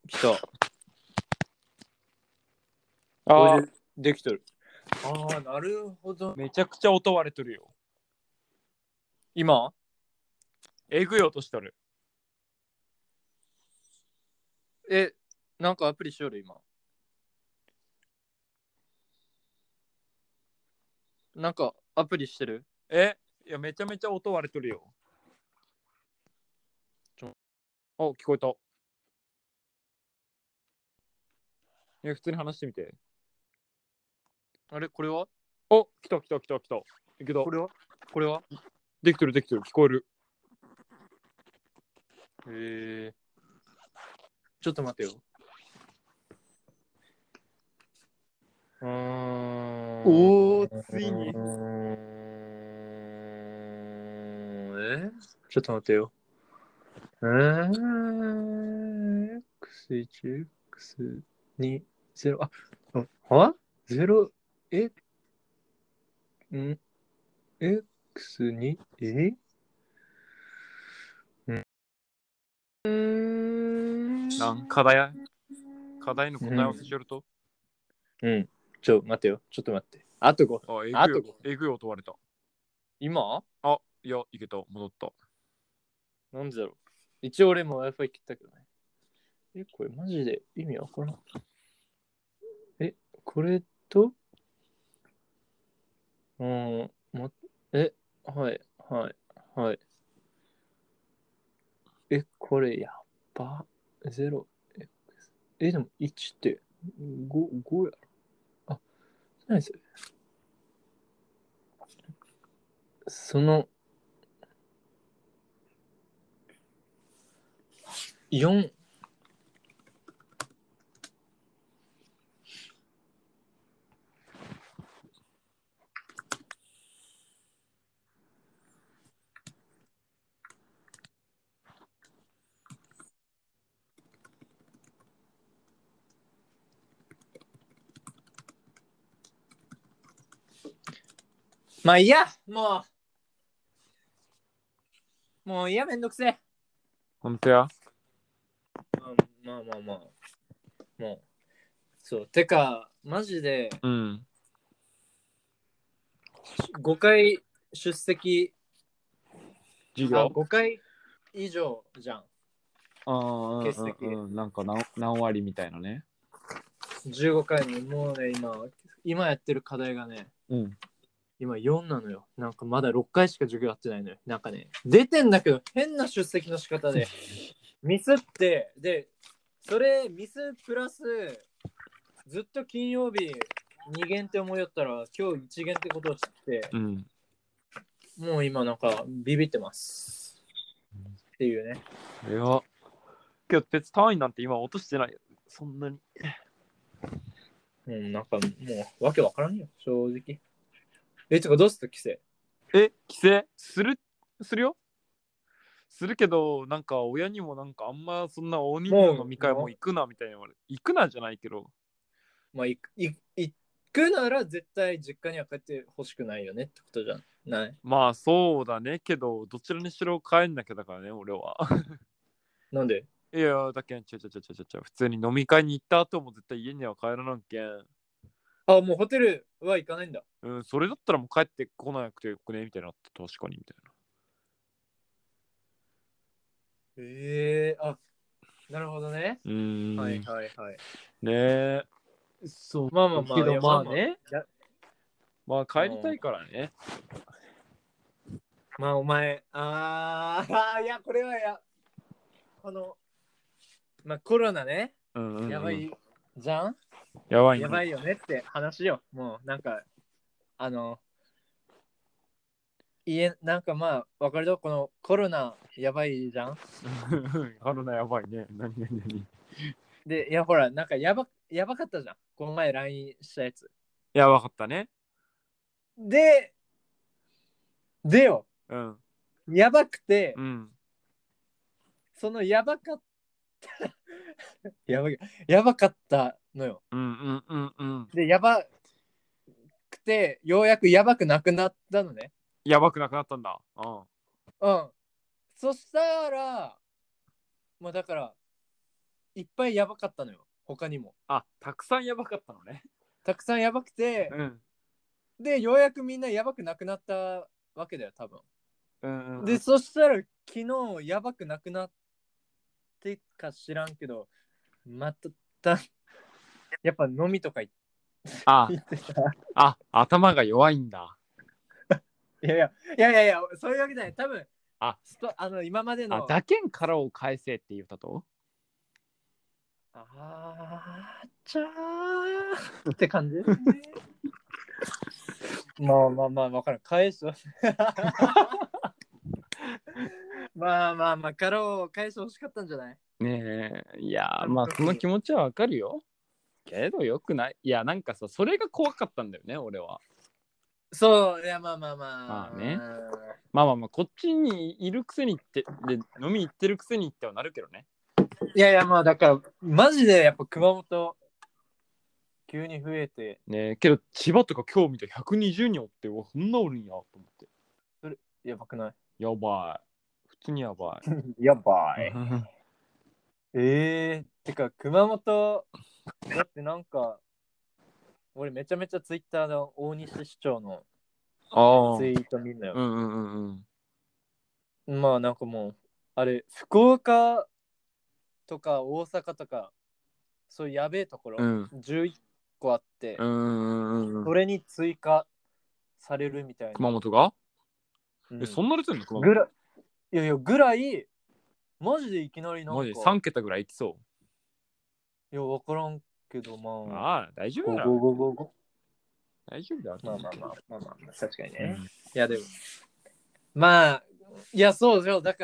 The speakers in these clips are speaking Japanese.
来た。 ああ、 できとる。ああ、なるほど。 めちゃくちゃ音割れとるよ。 今えぐい音しとる。 なんかアプリしよる今。なんかアプリしてる？ いや、めちゃめちゃ音割れとるよ。お、聞こえた。いや、普通に話してみて。 あれこれはお、来た。いけた。 これはできてる、聞こえる。 ちょっと待てよ。おー、ついにちょっと待てよ。X1、X2、0、0、X2、 課題の答え合わせしよると。 待てよ。ちょっと待って。あと5分。 えぐい音割れた。 今いや、いけた。戻った。 なんでだろう。一応俺も Wi-Fi 切ったけどね。これマジで意味わからん。これとはい。これやっば。0、でも1って5やろ。何それ。その4、まあいいや、もういいや、めんどくせえ。 ほんとや。 まあ。もう、そう。てか、マジでうん。 5回出席、 授業 5回以上じゃん。欠席。 なんか何割みたいなね。 15回の、もうね、今やってる課題がね、今4なのよ。なんかまだ6回しか授業やってないのよ。なんかね、出てんだけど、変な出席の仕方で、ミスって、で、それミスプラス、ずっと金曜日2限って思いよったら、今日1限ってことを知って、もう今なんかビビってます。っていうね。 いや、けど鉄単位なんて今落としてないよ。そんなに。 なんかもうわけわからんよ、正直。てかどうする規制？ 規制するよ。するけど、なんか親にもなんかあんまそんな大人数の飲み会も行くなみたいな言われ。行くなじゃないけど。 まあ行くなら絶対実家には帰ってほしくないよねってことじゃない？ まあそうだねけど、どちらにしろ帰んなきゃだからね、俺は。 なんで？ いや、だけん、普通に飲み会に行った後も絶対家には帰らなきゃ。 もうホテルは行かないんだ。 それだったらもう帰ってこなくてよくねみたいな。確かにみたいな。 なるほどね。はい。 ねえ。そう。 まあけどまあね。 まあ帰りたいからね。 まあお前、いや、これはまあコロナね、やばいじゃん？ やばいね。 やばいよねって話よ。もうなんか、なんかまあ、わかるよ、このコロナやばいじゃん？ コロナやばいね。何。 で、いやほら、なんかやばかったじゃん。この前 LINE したやつ。 やばかったね。 でよ、 うん。 やばくて、 うん。 そのやばかったやばかったのよ。で、やばくて、ようやくやばくなくなったのね。 やばくなくなったんだ。 うん。そしたら、まあだから、 いっぱいやばかったのよ。他にも。 あ、たくさんやばかったのね。 たくさんやばくて、 うん。 で、ようやくみんなやばくなくなったわけだよ、多分。で、 うんうんうん。 そしたら昨日やばくなくなってか知らんけど、また、やっぱ飲みとか行あ、 ってさ。 頭が弱いんだ。 いや、そういうわけじゃない。多分あ、 今までの。 だけん殻を返せって言ったとちゃーって感じまあ、わからん。返すわ。まあ、殻を返してほしかったんじゃない？ ねえ、いや、まあ、その気持ちはわかるよ。けど、よくない。いや、なんかさ、それが怖かったんだよね、俺は。 そう、いや、まあ。 まあね。まあ、こっちにいるくせにって、で、飲み行ってるくせにってはなるけどね。 いや、まあ、だから、マジでやっぱ熊本、急に増えて。 ねえ、けど、千葉とか今日見た120人おって、うわ、そんなおるんやと思って。 それ、やばくない？ やばい。普通にやばい。 やばい。てか、熊本、だってなんか、俺めちゃめちゃツイッターの大西市長のツイート見んのよ。まあなんかもう、あれ、福岡とか大阪とか、そういうやべえところ、11個あって、それに追加されるみたいな。 熊本が、そんな出てんの熊本。 ぐらい、マジでいきなりなんか。 マジ3桁ぐらいいきそう。 いや、わからんけど、 まあ、大丈夫だろ。大丈夫だろ。 まあ、確かにね。いや、でも、まあ、いや、そう、だから、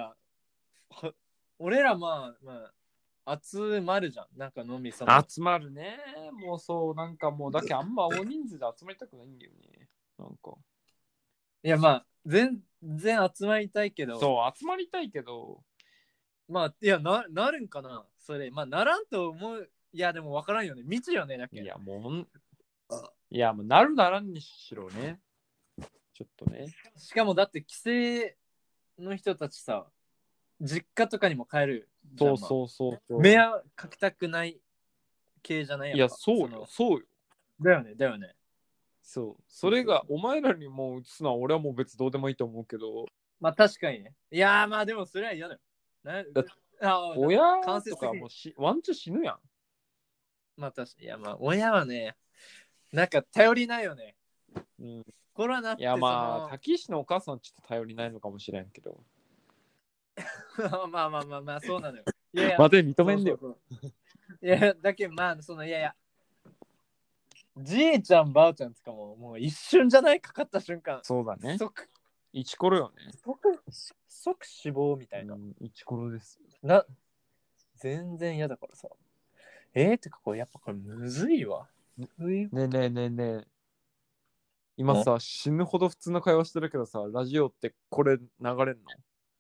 俺らまあ、集まるじゃん。なんか飲み集まるね。もうそう、なんかもう、だけあんま大人数で集まりたくないんだよね。なんか。 いや、まあ、全然集まりたいけど。 そう、集まりたいけど。 まあ、いや、なるんかなそれ。まあ、ならんと思う。いや、でも分からんよね。未知よね、だけ。 いや、もうなるならんにしろね。ちょっとね。 しかもだって帰省の人たちさ、実家とかにも帰るじゃん。 そう。 迷惑かけたくない系じゃない？ いや、そうよ。 だよね。 そう。それがお前らにもう移すのは俺はもう別どうでもいいと思うけど。 まあ確かにね。いやまあでもそれは嫌だよ。 親とかもワンチャ死ぬやん。 まあ確かに。いやまあ親はね、なんか頼りないよね。コロナって。 いやまあ、滝石のお母さんはちょっと頼りないのかもしれんけど。 まあ、そうなのよ。いや待て、認めんでよ。 いや、だけどまあ、いや、じいちゃん、ばあちゃんとかもう一瞬じゃない？かかった瞬間。 そうだね。 即イチコロよね。 即死亡みたいな。 イチコロです。 全然嫌だからさ。てかこれやっぱこれむずいわ。 ねえ。今さ、死ぬほど普通の会話してるけどさ、ラジオってこれ流れんの？い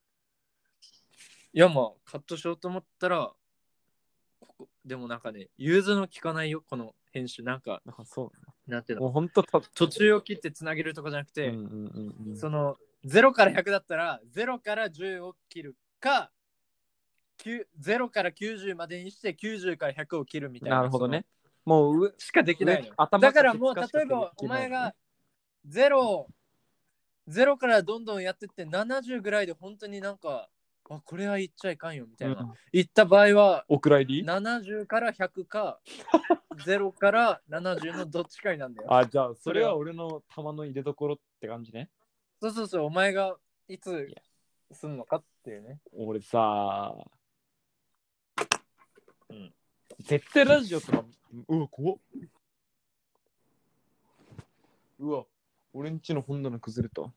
やまあ、カットしようと思ったら、でもなんかね、融通の効かないよ、この編集。なんか、なんていうの？ もうほんと途中を切ってつなげるとかじゃなくて、その、0から100だったら、0から10を切るか、0から90までにして90から100を切るみたいな。 なるほどね。もうしかできないの。だからもう例えばお前が0からどんどんやってって70ぐらいで本当になんかこれは言っちゃいかんよみたいな、言った場合はお蔵入り 70から100か0から70のどっちかになんだよ。 じゃあそれは俺の玉の入れどころって感じね。 そうお前がいつすんのかっていうね。 俺さ絶対ラジオとか怖っ。俺んちの本棚崩れた。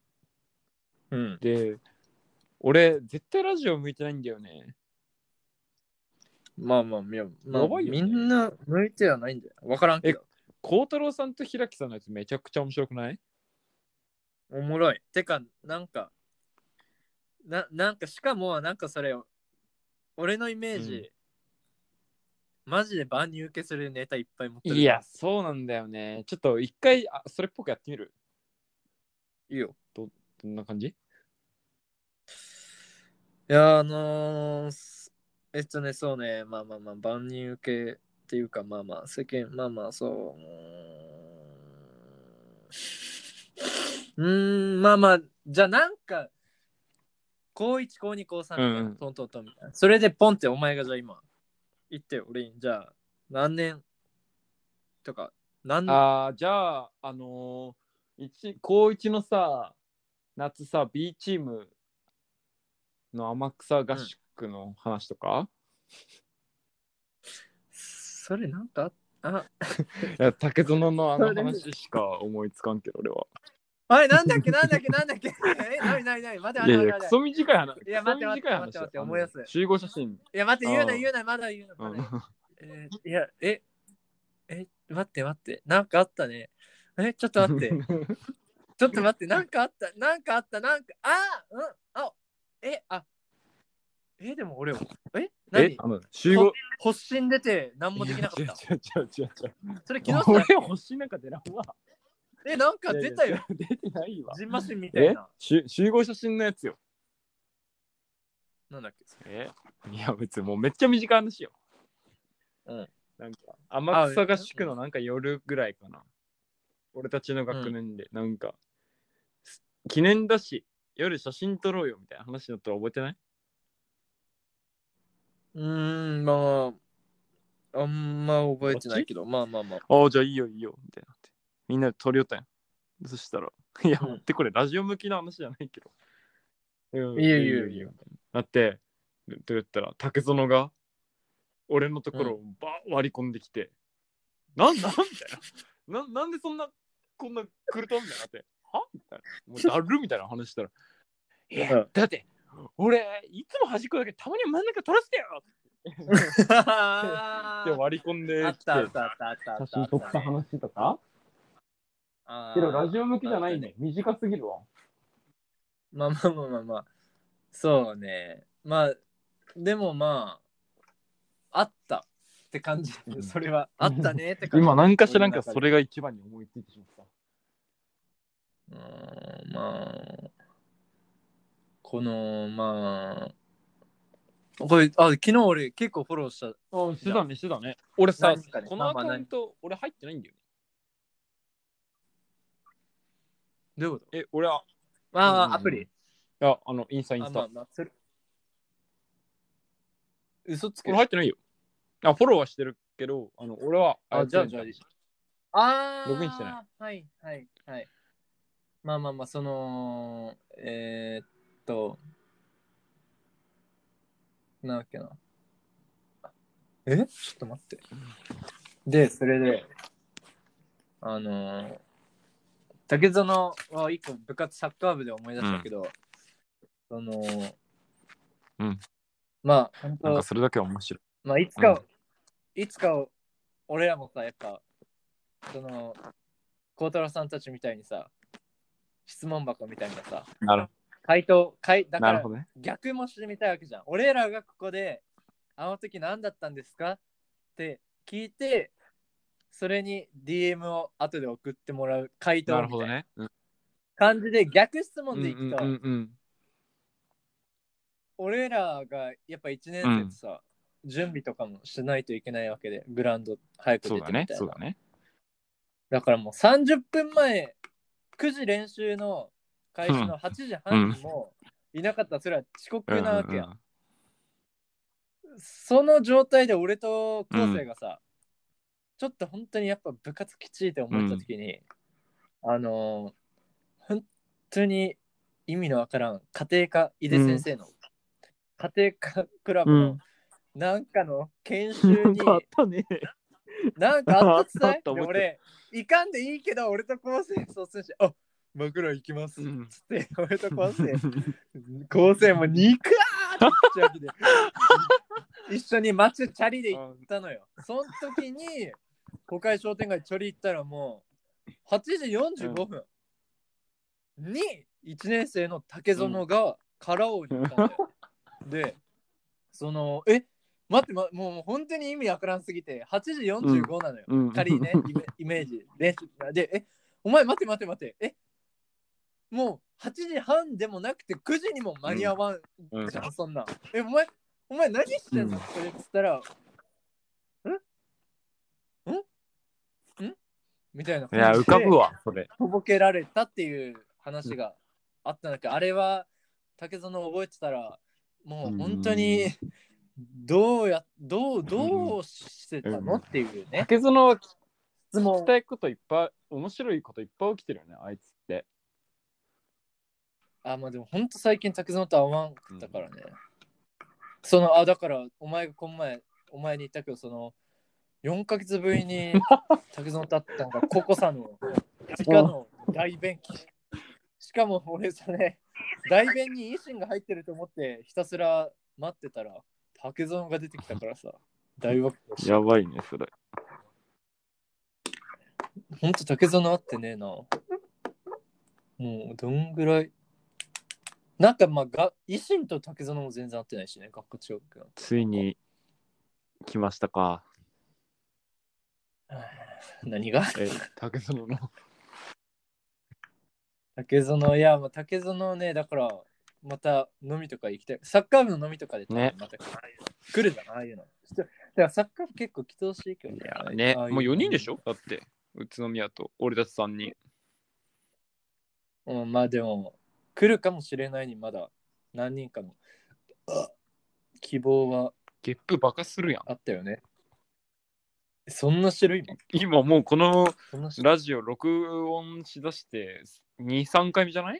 で俺絶対ラジオ向いてないんだよね。 まあ、みんな向いてはないんだよ。わからんけど。 孝太郎さんと平木さんのやつめちゃくちゃ面白くない？ おもろい。てか、なんかしかも、なんかそれ、俺のイメージ、マジで万人受けするネタいっぱい持ってる。 いや、そうなんだよね。ちょっと一回、それっぽくやってみる？ いいよ。 どんな感じ？ いや、 そうね、まあまあまあ、万人受けっていうか、まあまあ、世間、まあまあ、そう。まあまあ、じゃあなんか、高1、高2、高3みたいな、トントントンみたいな。それでポンってお前がじゃあ今、言ってよ、俺に、じゃあ、何年とか、 じゃあ、高一のさ、夏さ、B チームの天草合宿の話とか、 それなんか、 いや竹園のあの話しか思いつかんけど、俺は。 あれ、なんだっけなんだっけ待て待て。 いやいや、クソ短い話。 いや、待って、思い出す。 集合写真。 いや、待って、言うな、まだ言うな。いや、待って。なんかあったね。ちょっと待って。なんかあった。でも俺、何集合。 発疹出て何もできなかった。 違う。 それ昨日俺発疹なんか出らんわ。 なんか出たよ。 出てないわ。 ジンマシンみたいな。 集合写真のやつよ。 なんだっけいや、別にもうめっちゃ短い話よ。なんか、天草合宿のなんか夜ぐらいかな。俺たちの学年で、なんか、記念だし、夜写真撮ろうよみたいな話だったら覚えてない？ まあ、あんま覚えてないけど、まあ。 じゃあいいよ、みたいなって。みんなで撮りよったんや。そしたら、いや、待って、これラジオ向きの話じゃないけど。 いいよ。 だって、どう言ったら、竹園が俺のところを割り込んできて、なんみたいな。なんでこんな来るとんだよって。はみたいな。もうだるみたいな話したら、いや、だって、俺、いつも端っこだけど、たまに真ん中取らせてよって割り込んできて、写真撮った話とかけど、ラジオ向きじゃないね。短すぎるわ。 まあ。そうね。まあ、でもまあ、あったって感じ。それは、あったねって感じ。 今、なんかしらんかそれが一番に思いついてしまった。 まあ、まあ、これ、昨日俺結構フォローした。 してたね。俺さ、このアカウント、俺入ってないんだよね。 どういうこと？ 俺は。 アプリ？ いや、インスタ。 嘘つけ。 俺入ってないよ。フォローはしてるけど、俺は、 じゃあ、 ログインしてない。 はい。まあ、その、なんだっけな。ちょっと待って。で、それで、竹園は一個部活サッカー部で思い出したけど、まあ、本当なんかそれだけは面白い。 まあ、いつか、俺らもさ、やっぱ、孝太郎さんたちみたいにさ、質問箱みたいなさ、だから逆もしてみたいわけじゃん。俺らがここで、あの時何だったんですかって聞いて、それに DM を後で送ってもらう回答みたいな感じで逆質問でいくと、俺らがやっぱ1年生ってさ、準備とかもしないといけないわけで、グラウンド早く出てみたいな。だからもう30分前、9時練習の開始の8時半にもいなかったらそれは遅刻なわけや。その状態で俺と昴生がさ、ちょっと本当にやっぱ部活きついって思った時に、本当に意味のわからん家庭科井出先生の家庭科クラブのなんかの研修になんかあったっつって俺行かんでいいけど俺と昴生率先して枕行きますっつって俺と昴生も肉ーって言っちゃうで一緒に街チャリで行ったのよ。その時に公開商店街チャリ行ったらもう8時45分に1年生の竹園が殻を言ったんだよ。で待って、もう本当に意味わからんすぎて8時45なのよ、仮にねイメージ練習でお前待ってもう8時半でもなくて9時にも間に合わんじゃん、そんなお前お前何してんの、それっつったら、みたいな感じで浮かぶわ、それ。 とぼけられたっていう話があったんだけど、あれは竹園覚えてたら、もう本当にどうしてたのっていうね。 竹園は聞質問きたいこといっぱい、面白いこといっぱい起きてるよね、あいつって。 まあでも本当最近竹園と会わんかったからね。だからお前がこの前、お前に言ったけど、4ヶ月ぶりに竹園と会ったのがココさんの地下の大便器。しかも俺大便に維新が入ってると思ってひたすら待ってたら竹園が出てきたからさ、大爆笑した。 やばいね、それ。 ほんと竹園会ってねえな。もうどんぐらいなんか維新と竹園も全然会ってないしね、学科長くん。 ついに来ましたか。 何が竹園の竹園、いや、竹園ね、だからまた飲みとか行きたい。サッカー部の飲みとかでね、 また来るじゃん、ああいうの。だからサッカー部結構来てほしいけどね。 いやね、もう4人でしょだって、宇都宮と俺たち3人。 まあでも、来るかもしれないにまだ何人かの希望はゲップバカするやん。 あったよね。そんな種類も今もうこのラジオ録音しだして2、3回目じゃない？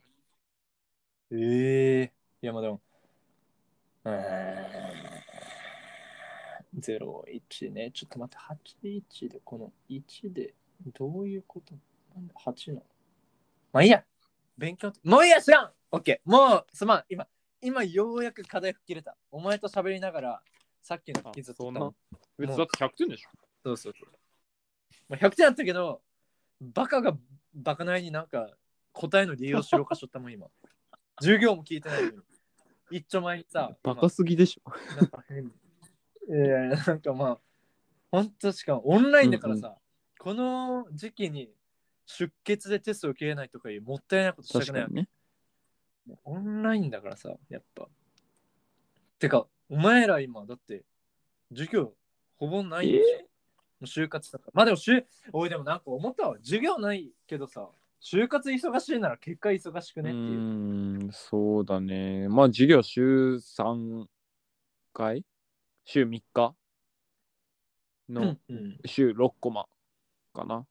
いやまあでも、01ね。ちょっと待って、81で、この1で、どういうことなんだ、8の。まあいいや。勉強、もういいや、知らん !OK。もう、すまん。今ようやく課題吹っ切れた。お前と喋りながら、さっきの傷取ったの。 別にだって100点でしょ。 そうそうそう。まあ、100点あったけど、バカがバカなりになんか答えの理由をしろかしょったもん今。授業も聞いてないのに。一丁前にさ、 バカすぎでしょ。 なんか変。なんかまあ、ほんとしかもオンラインだからさ、この時期に出血でテストを受けれないとかいうもったいないことしたくないわけ。 ね。 オンラインだからさ、やっぱ。てか、お前ら今、だって授業ほぼないんでしょ。もう就活だから。まあでもおいでもなんか思ったわ。授業ないけどさ、就活忙しいなら結果忙しくねっていう。 そうだね。まあ授業週3回週3日の週6コマかな。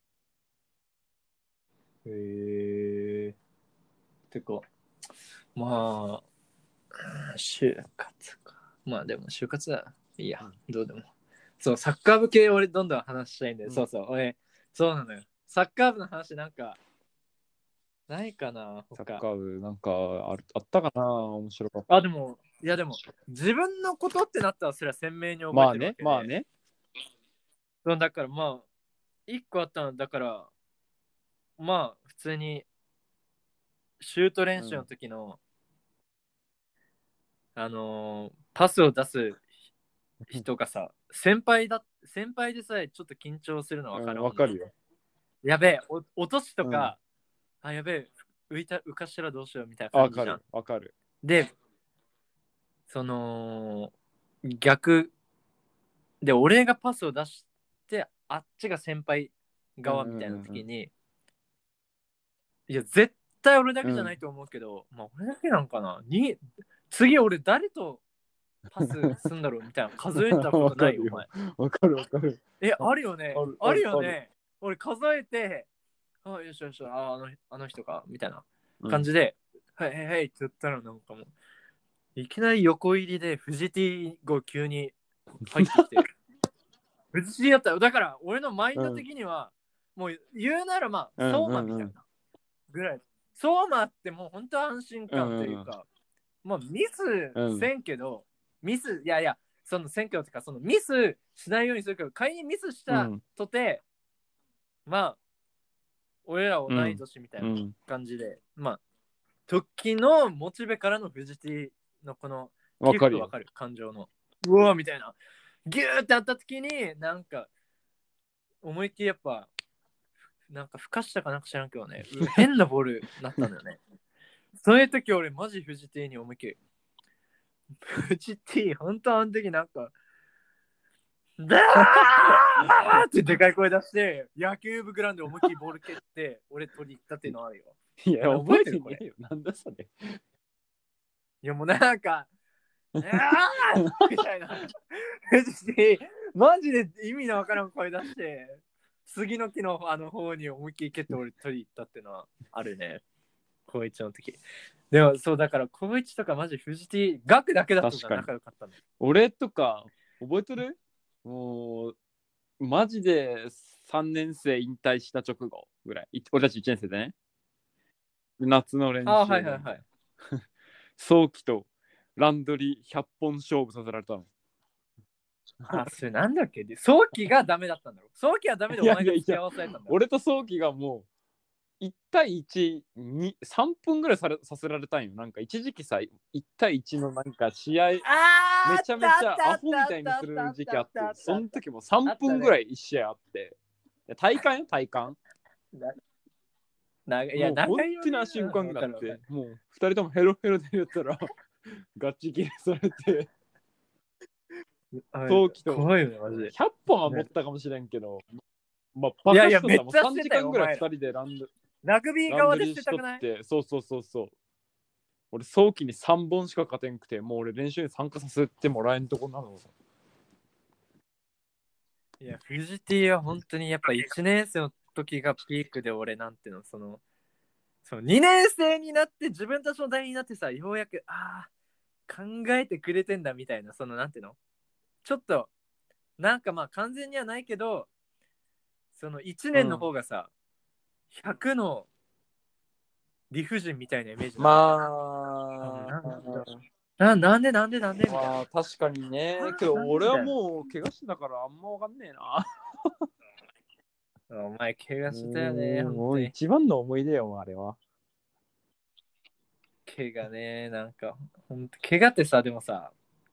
へえ。てか、まあ、就活か。まあでも就活だ。いいや、どうでも。そう、サッカー部系俺どんどん話したいんで、そうそう、俺、そうなのよ。サッカー部の話なんか、ないかな、 サッカー部なんかあったかな、面白かった。 でも、自分のことってなったらそれは鮮明に覚えてるわけで。まあね。だからまあ、一個あったの、だから、まあ、普通に、シュート練習の時の、パスを出す人がさ、先輩でさえちょっと緊張するの分かる。 わかるよ。 やべえ、落としとか、やべえ、浮かしたらどうしようみたいな感じじゃん。 わかる。 で、逆で、俺がパスを出して、あっちが先輩側みたいな時に、いや、絶対俺だけじゃないと思うけど、まあ俺だけなんかな。次俺誰とパスすんだろうみたいな数えたことないよ、お前。 わかる。 あるよね。あるよね。俺数えて、よしよし、あの人か、みたいな感じで、はいはいはいって言ったらなんかもう、いきなり横入りでフジティが急に入ってきて、フジティだったよ。だから俺のマインド的には、もう言うならまあ、相馬みたいなぐらい。相馬ってもう本当安心感というか、もうミスせんけど、いや、その選挙とか、そのミスしないようにするけど、仮にミスしたとて、まあ、俺ら同い年みたいな感じで、まあ、時のモチベからのフジティのこの、わかる感情の、うわーみたいな、ギューってあった時に、なんか、思いっきりやっぱ、なんかふかしたかなんか知らんけどね、変なボールになったんだよね。そういう時俺マジフジティに思いっきり、 フジティ本当あの時なんかダーってでかい声出して野球部グラウンドで思いっきりボール蹴って俺取り行ったっていうのあるよ。 いや、覚えてねえよ。なんだそれ。 いやもうなんかみたいなマジで意味のわからん声出して杉の木の方に思いっきり蹴って俺取り行ったっていうのはあるね。高一の時。でもそうだから高一とかマジフジティ学だけだと仲良かったんだよ。 俺とか覚えてる？もうマジで3年生引退した直後ぐらい。俺たち1年生でね。夏の練習で。 はいはいはい。 早期とランドリー100本勝負させられたの。 それなんだっけで早期がダメだったんだろ。早期はダメでお前が付き合わされたんだろ。 俺と早期がもう1対1に3分ぐらいさせられたんよ。なんか一時期さ、1対1のなんか試合めちゃめちゃアホみたいにする時期あって、その時も3分ぐらい1試合あって、体感よ、体感。 いや、 もう本当に足浮かんだって、もう2人ともヘロヘロでやったらガチ切れされて冬季と怖いよねマジで。 100本は持ったかもしれんけど、まあバカしとったもん3時間ぐらい2人でラグビー側でしてたくない？ そう。俺早期に3本しか勝てんくて、もう俺練習に参加させてもらえんとこなの。 いやフジティは本当にやっぱ1年生の時がピークで俺なんていうのその2年生になって自分たちの代になってさようやく考えてくれてんだみたいなそのなんていうのちょっとなんかまあ完全にはないけどその1年の方がさ、100の理不尽みたいなイメージなんでみたいな。 確かにね。けど俺はもう怪我してたからあんまわかんねえな。お前怪我したよね。 もう一番の思い出よ、あれは。 怪我ね、なんか、ほんと怪我ってさ、でもさ、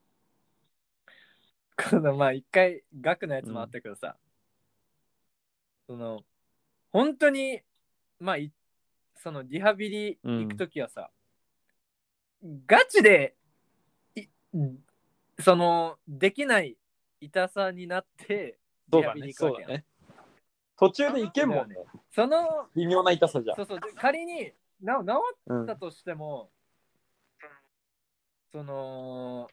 このまあ一回学のやつもあったけどさ、その本当にまあそのリハビリ行くときはさ、ガチでそのできない痛さになってリハビリ行くわけやん。 途中で行けんもんね。 その微妙な痛さじゃ。 そう仮に治ったとしても、その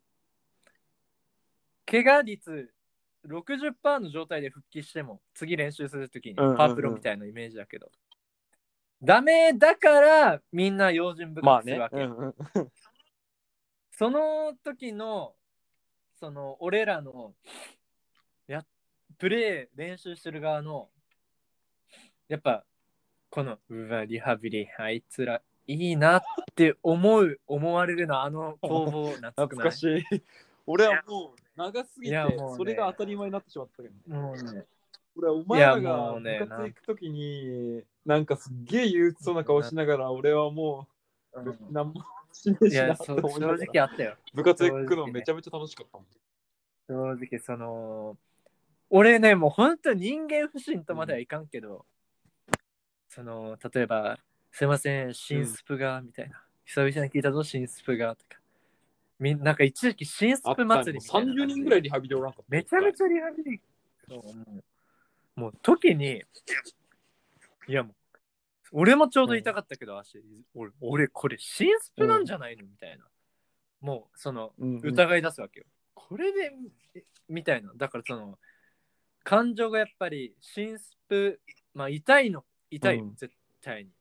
怪我率60%の状態で復帰しても次練習するときにパープロみたいなイメージだけど、ダメだからみんな用心深くするわけ、その時のその俺らのプレー練習してる側のやっぱこのリハビリあいつらいいなって思われるの攻防懐かしい。俺はもう長すぎてそれが当たり前になってしまったけど、 もうね俺お前らが部活行くときになんかすっげえ憂鬱そうな顔しながら俺はもう何もしねえしなって思いながら、 正直あったよ。 部活行くのめちゃめちゃ楽しかったもん。 正直その俺ねもう本当に人間不信とまではいかんけど、その例えばすいません新スプがみたいな、久々に聞いたぞ新スプがとかなんか一時期新スプ祭りみたいな 30人ぐらいリハビリおらんかった。 めちゃめちゃリハビリもう時にいやもう俺もちょうど痛かったけど、足俺これ新スプなんじゃないのみたいな、もうその疑い出すわけよ、これでみたいな。だからその感情がやっぱり新スプまあ痛いよ、絶対に。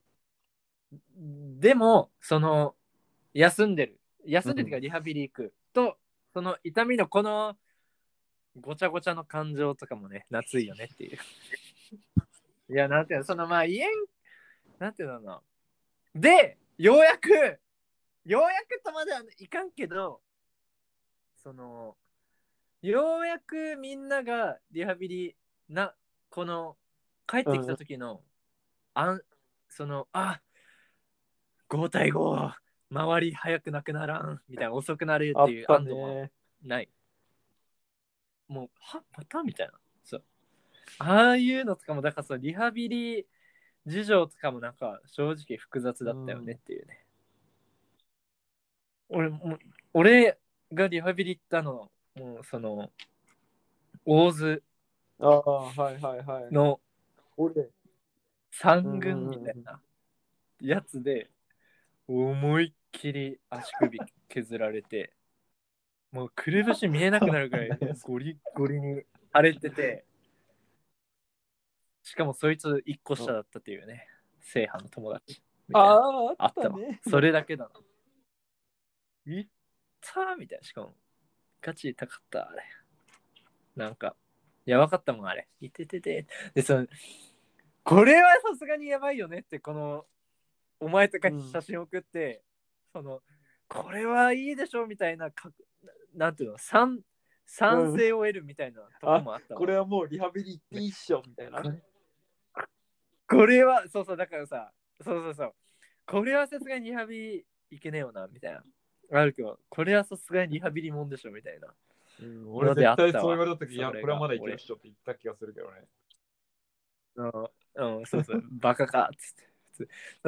でもその休んでるっていうかリハビリ行くとその痛みのこのごちゃごちゃの感情とかもね夏いよねっていういやなんていうのそのまあなんていうのなでようやくとまではいかんけどそのようやくみんながリハビリこの帰ってきた時の、その5対5周り早くなくならんみたいな遅くなるっていう安堵もない、もうまたみたいな、そうああいうのとかもだからそのリハビリ事情とかもなんか正直複雑だったよねっていうね、俺も俺がリハビリ行ったの、もうその、大津ああ、はいはいはい。 の俺。 三軍みたいなやつで、思いっきり足首削られて、もうくるぶし見えなくなるぐらいゴリゴリに腫れてて、しかもそいつ一個下だったっていうね、正派の友達みたいな。 ああ、あったわ。 ね。 それだけだな。いったーみたいな。しかも、ガチ高かった、あれ。なんか、やばかったもん、あれ。いててて。で、これはさすがにやばいよねって、この、お前とかに写真送って、これはいいでしょみたいな、なんていうの、賛成を得るみたいなとこもあったわ。 これはもうリハビリ行っていいっしょみたいな。 これは、そうそう、だからさ、そう。これはさすがにリハビリいけねえよな、みたいな。あるけど、これはさすがにリハビリもんでしょ、みたいな。 俺絶対そう言われたとき、いや、これはまだいけるっしょって言った気がするけどね。 そう、バカかっつって。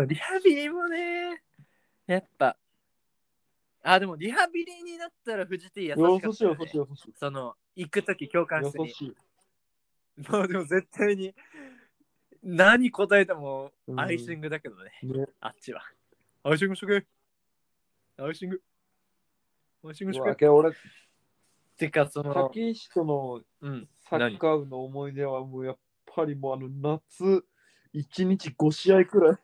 リハビリもね、やっぱ、でもリハビリになったらフジティ優しかったよね。 優しい。 行くとき共感室に。 優しい。 もうでも絶対に、何答えてもアイシングだけどね。あっちは。アイシングしとけ。アイシングしとけ。 俺、 てか、 竹石とのサッカー部の思い出はもうやっぱりもう夏1日5試合くらい。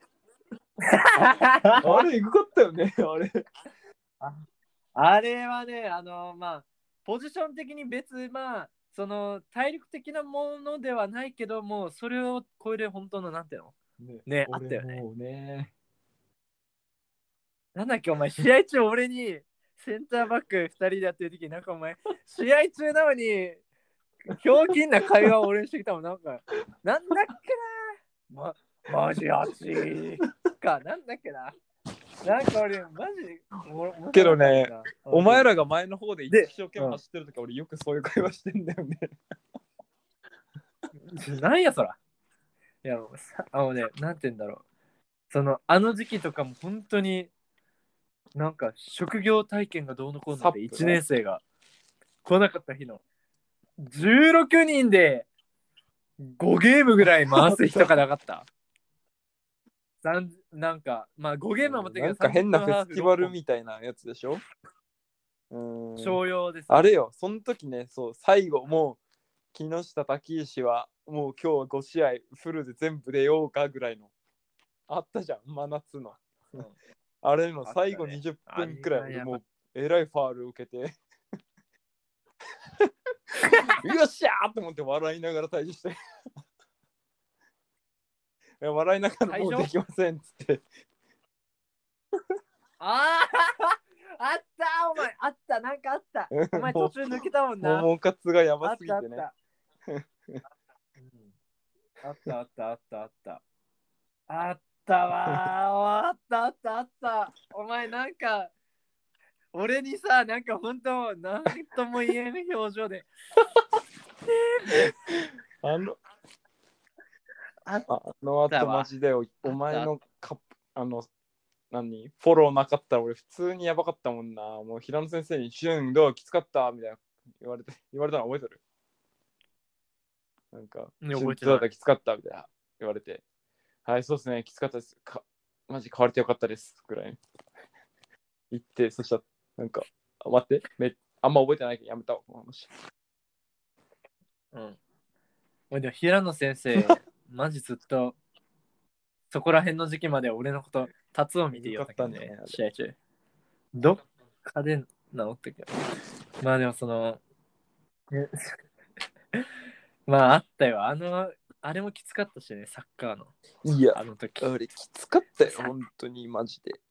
あれ、エグかったよね、あれ。 あれはね、ポジション的に体力的なものではないけども、それを超える本当の、なんていうのね、あったよね。 もうね。 なんだっけ、お前、試合中俺にセンターバック2人でやってる時なんかお前、試合中なのに、ひょうきんな会話を俺にしてきたもん、なんだっけな、マジ熱いか、なんだっけな。なんか俺、マジけどね、お前らが前の方で一生懸命走ってるとき、俺よくそういう会話してんだよね。 なんやそら。いや、なんて言うんだろう。あの時期とかも本当に、なんか職業体験がどうのこうのって1年生が来なかった日の16人で5ゲームぐらい回す日とかなかったなんか、まあ5ゲームは持ってなんか変なフェスティバルみたいなやつでしょ。 商用です。 あれよ、その時ね、そう、最後もう木下武石はもう今日は5試合フルで全部出ようかぐらいのあったじゃん、真夏の。あれの最後20分くらい俺もうえらいファール受けてよっしゃーと思って笑いながら退場して笑いながらもうできませんっつってあったお前、あった、なんかあった。お前途中抜けたもんな。 桃カツがやばすぎてね。 あったわー。あった。お前なんか、俺にさ、なんか本当、なんとも言えない表情で。 あの後マジでお前のフォローなかったら俺普通にやばかったもんな。もう平野先生にシュンどうきつかったみたいな言われたの覚えてる？なんか、 覚えてない。 きつかったみたいな言われて、はい、そうですね、きつかったです。マジ変われてよかったですぐらい言って、そしたらなんか、待って、あんま覚えてないけどやめたわ、この話。 でも平野先生、マジずっと、そこら辺の時期まで俺のこと、達を見てよったけどね、試合中。どっかで治ったけど。まあでもまああったよ。あれもきつかったしね、サッカーの。 いや、 あの時。 あれきつかったよ、本当にマジで。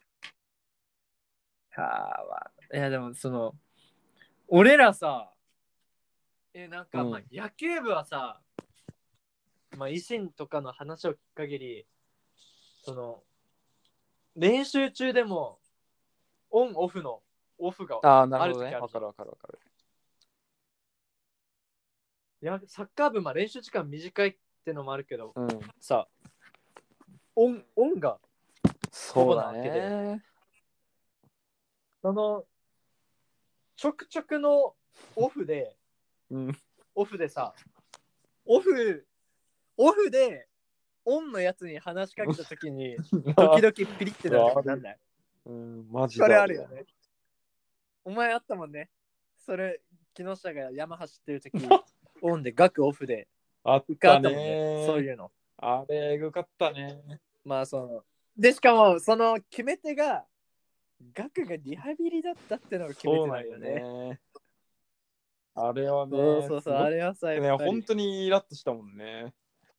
いやでも俺らさ、なんかまあ野球部はさ、まあ維新とかの話を聞く限り、練習中でもオンオフがある時あるじゃん。 わかる。 いやサッカー部、まあ練習時間短いってのもあるけど、さ、オンがそうだね。 ちょくちょくのオフで、 うん。 オフでさ、オフで、オンのやつに話しかけたときに、時々ピリってなるときなんない？ マジこれあるよね。お前あったもんね。それ、木下が山走ってるとき、オンで、ガクオフで、 あったね。 そういうの。 あれ、えぐかったね。 まあ、で、しかも、その決め手が、ガクがリハビリだったってのが決め手なんよね。 あれはね、 そう、あれはさ、やっぱり。 本当にイラッとしたもんね。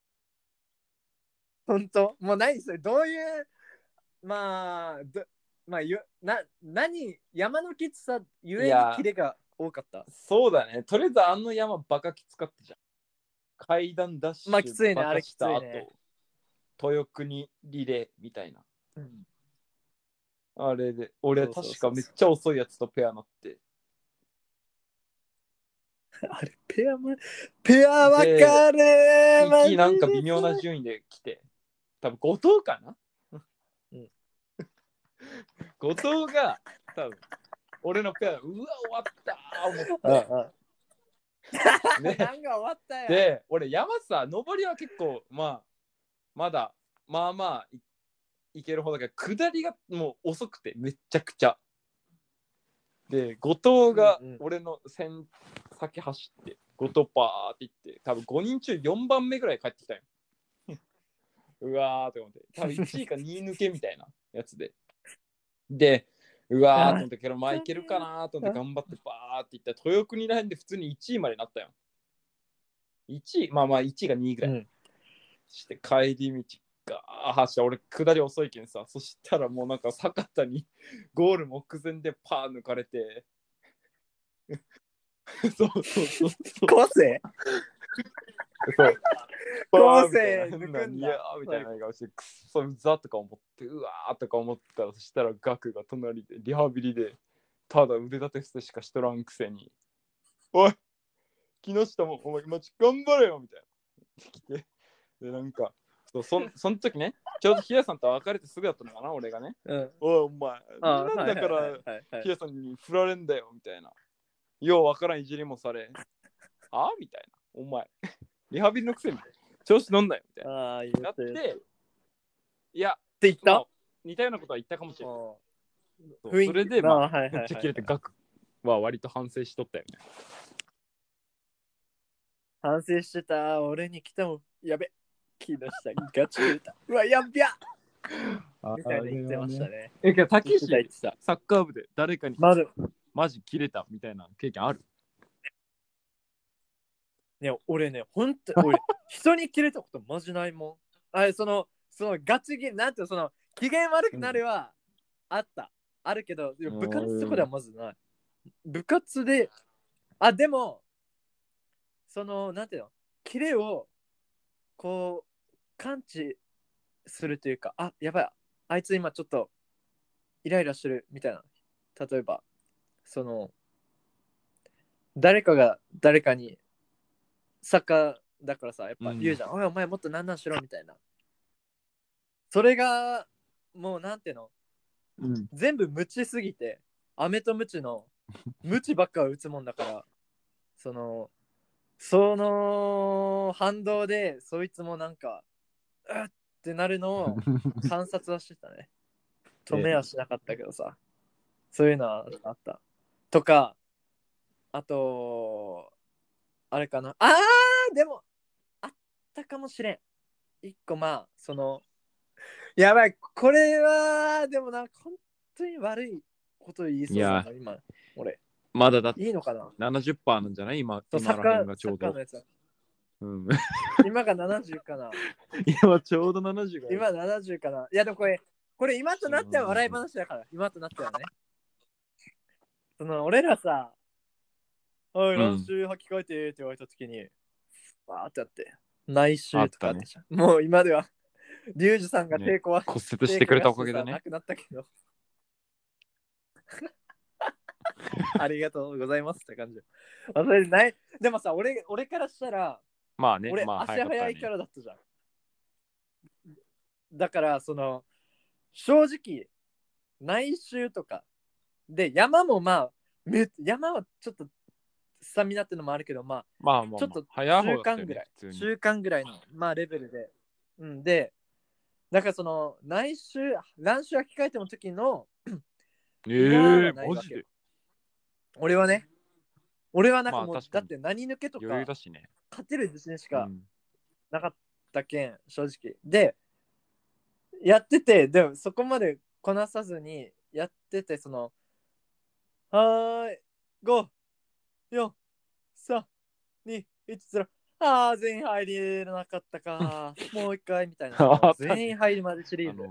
本当もう何それ、どういう、まあ、山のきつさゆえにキレが多かった。 そうだね。とりあえずあの山バカきつかったじゃん。階段ダッシュ、 まあきついね、 バカした後、 あれきついね。 豊国リレーみたいな。 うん、 あれで、俺確かめっちゃ遅いやつとペアなって。 あれ、ペア分かるー。息なんか微妙な順位で来て。多分後藤かな、うん、後藤が多分俺のペア、うわ、終わったー思って。 ね、なんか終わったよ。 で、俺山さ、登りは結構、まだ、まあいける方だけど、下りがもう遅くて、めっちゃくちゃ。で、後藤が俺の先走って、後藤パーって行って、多分5人中4番目ぐらい帰ってきたよ。うわーって思って、多分1位か2位抜けみたいなやつで。で、うわーって思ったけど、まあいけるかなと思って頑張ってバーっていったら、豊国らへんで普通に1位までなったよ。1位、まあ1位が2位ぐらい。して帰り道が走って、俺下り遅いけんさ、そしたらもうなんか坂田にゴール目前でパー抜かれて。そう。 昴生そう。 昴生抜くんだ。 いやみたいな顔して、くっそうざとか思って、うわーとか思ったら、そしたらガクが隣でリハビリで、ただ腕立て伏せしかしとらんくせに、おい木下もお前今頑張れよみたいな。来て、でなんか、その時ね、ちょうどヒヤさんと別れてすぐだったのかな、俺がね。おいお前、なんだからヒヤさんに振られんだよみたいな。ようわからんいじりもされ、あみたいな。お前、リハビリのくせに調子乗んなよみたいな。なって、いや、 って言った、 似たようなことは言ったかもしれない。 それで、めっちゃ切れて、ガクは割と反省しとったよね。 反省してた。俺に来たもん。やべ。木下ガチ切れた。うわ、やっびゃみたいな言ってましたね。 竹内サッカー部で誰かにマジ切れたみたいな経験ある？ ね、俺ね、本当俺、人に切れたことマジないもん。あれ、そのガチ切れ、なんていうの、機嫌悪くなるは、あった。あるけど、部活とかではまずない。部活で、でも、なんていうの、キレを、こう、感知するというか、やばい、あいつ今ちょっと、イライラしてるみたいな。例えば、誰かが誰かに、サッカーだからさ、やっぱ言うじゃん。おい、お前もっとなんしろみたいな。それが、もうなんていうの、全部無知すぎて、飴とムチの、ムチばっか打つもんだから、その反動で、そいつもなんか、うっってなるのを観察はしてたね。止めはしなかったけどさ、そういうのはあった。とか、あと、あれかな。でも、あったかもしれん。一個やばい、これは、でも本当に悪いこと言いそうだな、今、俺。 まだだっていいのかな 70% なんじゃない今サッカーがちょうど。今が70かな。 今ちょうど70が。 今70かな。いやでもこれ今となっては笑い話だから。今となってはね。俺らさ、おい、来週履き替えてって言われたときに、バーってやって、内周とかあったじゃん。もう今では、リュウジさんが抵抗は、 骨折してくれたおかげでね。 なくなったけど。ありがとうございますって感じ。それない。でもさ、俺からしたら、 まあね、 俺、足早いキャラだったじゃん。だから、正直、内周とか、で、山も山はちょっとスタミナってのもあるけど、まあ、ちょっと早い方中だったよね間ぐらい、 普通に。 中間ぐらいの、まあ、レベルで。で、だからその、乱視は控えても時の、嫌はないわけよ。 マジで。 俺はなんかもう、 まあ確かにだって何抜けと余裕か、 だしね。 勝てる自信しかうん。 なかったけん、正直。で、やってて、でもそこまでこなさずにやってて、その、はーい、5、4、3、2、1、0。全員入れなかったか。もう一回みたいな。その全員入りまでシリーズ。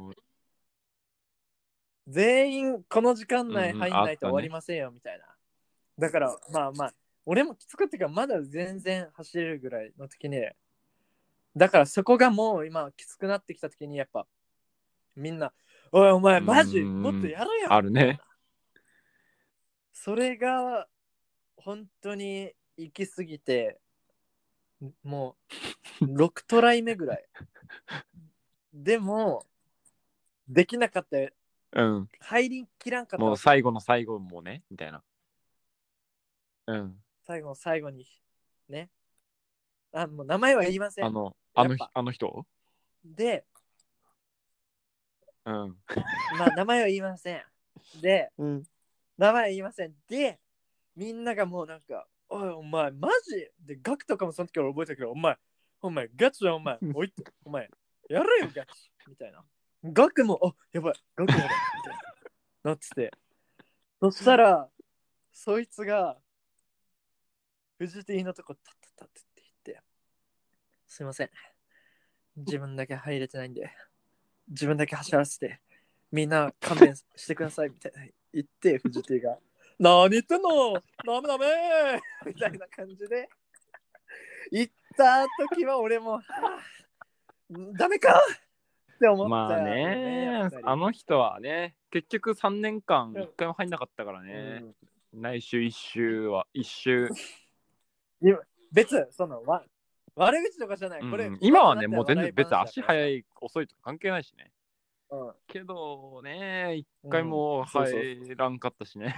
全員この時間内入んないと終わりませんよみたいな。だからまあまあ、俺もきつかったからまだ全然走れるぐらいの時に、だからそこがもう今きつくなってきた時にやっぱみんな、おいお前マジもっとやるやん。 あるね。 それが本当に行き過ぎて、もう6トライ目ぐらい。でも、できなかった。 うん。 入りきらんかった。 もう最後の最後もね、みたいな。うん。 最後の最後に。ね。もう名前は言いません。 あの人で、 うん。 まあ名前は言いません。で、名前は言いません。で、みんながもうなんか、おい、お前、マジで、ガクとかもその時から覚えたけど、お前、ガチだ、お前、おいお前、やれよ、ガチみたいな。ガクも、やばい、ガクもだ、みたいな。なってて。そしたら、そいつが、フジティのとこ、タッタッタって言って、すいません。自分だけ入れてないんで、自分だけ走らせて、みんな勘弁してください、みたいな言って、フジティが、何言ってんのダメダメみたいな感じで、言った時は俺も、ダメかって思ったまあよね。 ね、あの人はね、結局3年間1回も入んなかったからね。内周一周。 別、その、悪口とかじゃない。これ、 今はね、もう全然別に足速い、遅いとか関係ないしね。けどね、1回も入らんかったしね。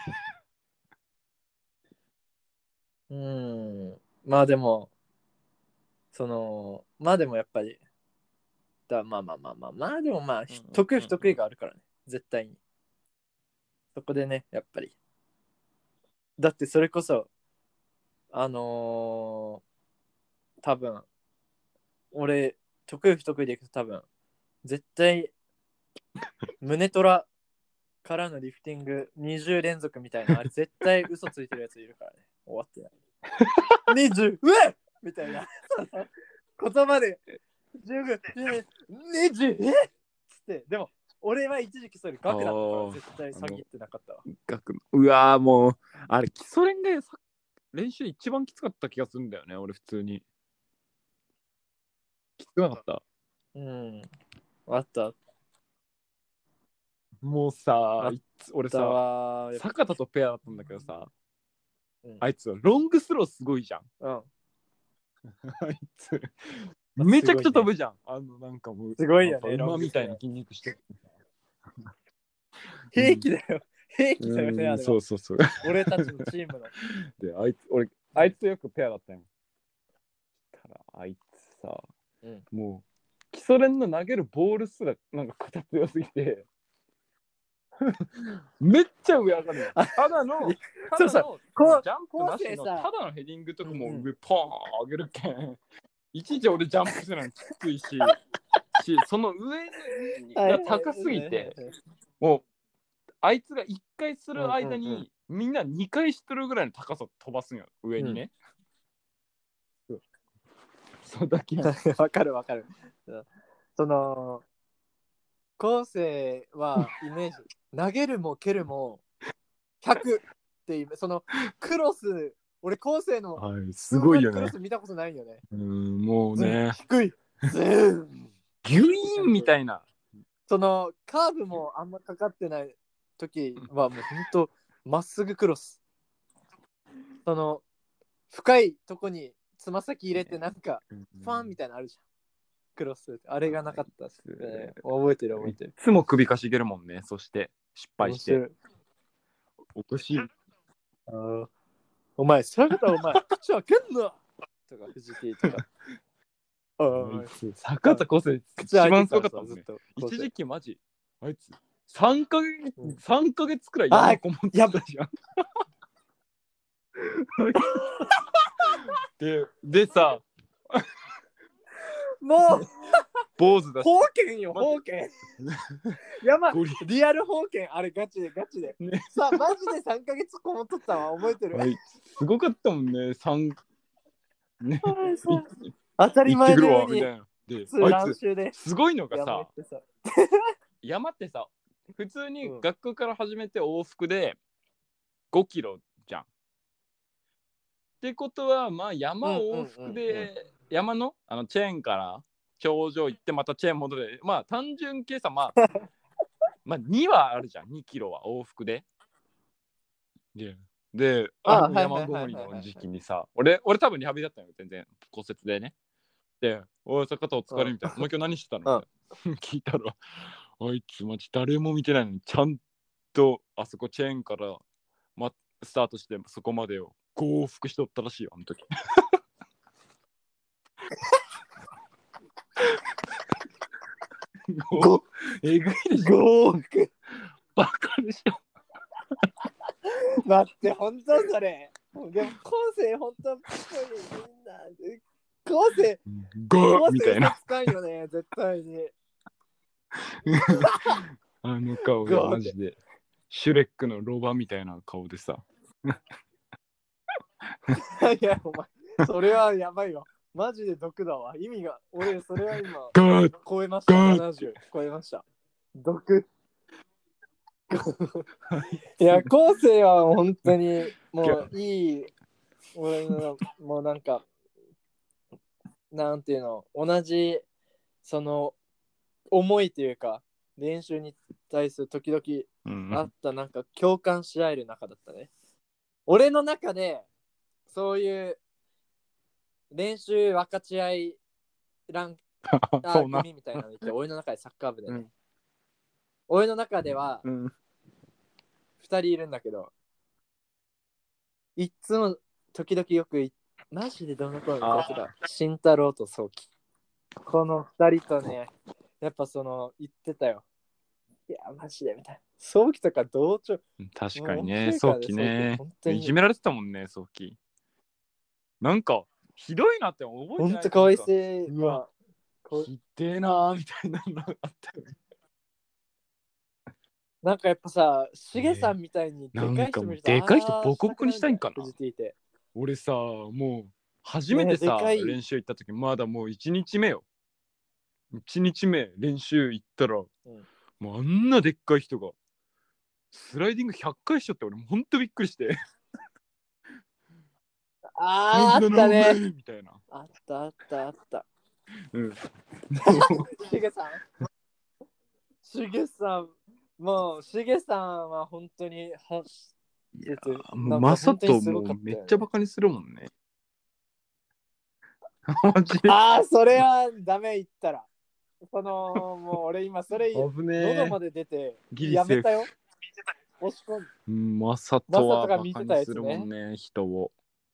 まあでも、まあでもやっぱり、まあでもまあ、得意不得意があるからね、絶対に。そこでね、やっぱり。だってそれこそ、多分、俺、得意不得意でいくと多分、絶対、胸トラからのリフティング20連続みたいな、あれ絶対嘘ついてるやついるからね。終わってない。20、うわっみたいな。言葉で、10、20、つって。でも、俺は一時期それ額だったから絶対詐欺ってなかったわ。 うわーもう、あれ、基礎練で練習一番きつかった気がするんだよね、俺普通に。きつくなかった。 あった。 もうさ、俺さ、坂田とペアだったんだけどさ、あいつはロングスローすごいじゃん。あいつ、めちゃくちゃ飛ぶじゃん。なんかもう、 すごいよね。 馬みたいな筋肉して。 平気だよ。平気だよね、あれは。 そう。 俺たちのチームの。 で、あいつとよくペアだったよ。からあいつさ、もう基礎練の投げるボールすらなんか肩強すぎてめっちゃ上上がるの。ただのジャンプなしのただのヘディングとかも上ポーン上げるけん、いちいち俺ジャンプするのきついしその上が高すぎて、もうあいつが1回する間にみんな2回してるぐらいの高さ飛ばすんよ、上にね。そうだけわかる。その昴生はイメージ投げるも蹴るも100っていう、そのクロス、俺昴生のすごいよね。 クロス見たことないよね。 もうね、 低いギュイーンみたいな。 そのカーブもあんまかかってない時はもうほんとまっすぐクロス。その深いとこにつま先入れてなんかファンみたいなのあるじゃん。クロス。あれがなかったっす、覚えてる。いつも首かしげるもんね。そして失敗して。おかしい。 お前、そういうことお前、口開けんなとか、藤 T とか。 あいつ、坂田昴生、一番すごかったもんね。一時期マジ、あいつ、3ヶ月くらい山こもってたじゃん。でさ、 もう、 坊主だし。 封建よ、封建。やばい、リアル封建、あれガチで。ね、さあ、マジで3ヶ月こもっとったわ、覚えてる。 すごかったもんね、ね。 当たり前のように。 で、 あいつ、 すごいのがさ、山ってさ、普通に学校から始めて往復で5キロじゃん。ってことは、まあ山往復で、山のチェーンから頂上行ってまたチェーン戻れ、まあ単純計算、まあ2はあるじゃん、2キロは往復で。で、山ごもりの時期にさ、俺多分リハビリだったのよ、全然骨折でね。で、おい、坂田お疲れみたいな。もう今日何してたの聞いたら、あいつマジ誰も見てないのに、ちゃんとあそこチェーンから、スタートしてそこまでを5往復しとったらしいよ、あの時。えぐいでしょ。 5往復。 バカでしょ。 待って、ほんとそれ。でも、昴生ほんとっぽい、みんな。昴生、 みたいな。 使うよね、絶対に。 あの顔がマジで、シュレックのロバみたいな顔でさ。 いや、お前、それはやばいわ。マジで毒だわ。意味が、俺、それは今、超えました。70超えました。毒。いや、昴生は本当に、もういい、俺の、もうなんか、なんていうの、同じ、その、思いというか、練習に対する時々あった、なんか共感し合える中だったね。俺の中で、そういう練習分かち合い組みたいなのって、俺の中でサッカー部でね。俺の中では、2人いるんだけど、いつも時々よくマジでどの頃の人だ、慎太郎と早期。この2人とね、やっぱその言ってたよ。いや、マジでみたいな。早期とか同調。 確かにね、早期ね。いじめられてたもんね、早期。なんか、ひどいなって覚えてない。 ほんとかわいせいわ。 ひでえなーみたいなのあったよね。 なんかやっぱさ、しげさんみたいにでかい人見ると、 でかい人ボコボコにしたいんかな。 藤 T って俺さ、もう初めてさ、練習行った時、まだもう1日目よ。1日目練習行ったら、もうあんなでっかい人がスライディング100回しちゃって、俺ほんとびっくりして。 あったね。 みたいな。 あった。 うん。 しげさん。もうしげさんは本当にまさともうめっちゃバカにするもんね。 ああ、それはダメ言ったら。もう俺今それ喉まで出てやめたよ。押し込んまさとはバカにするもんね、人を。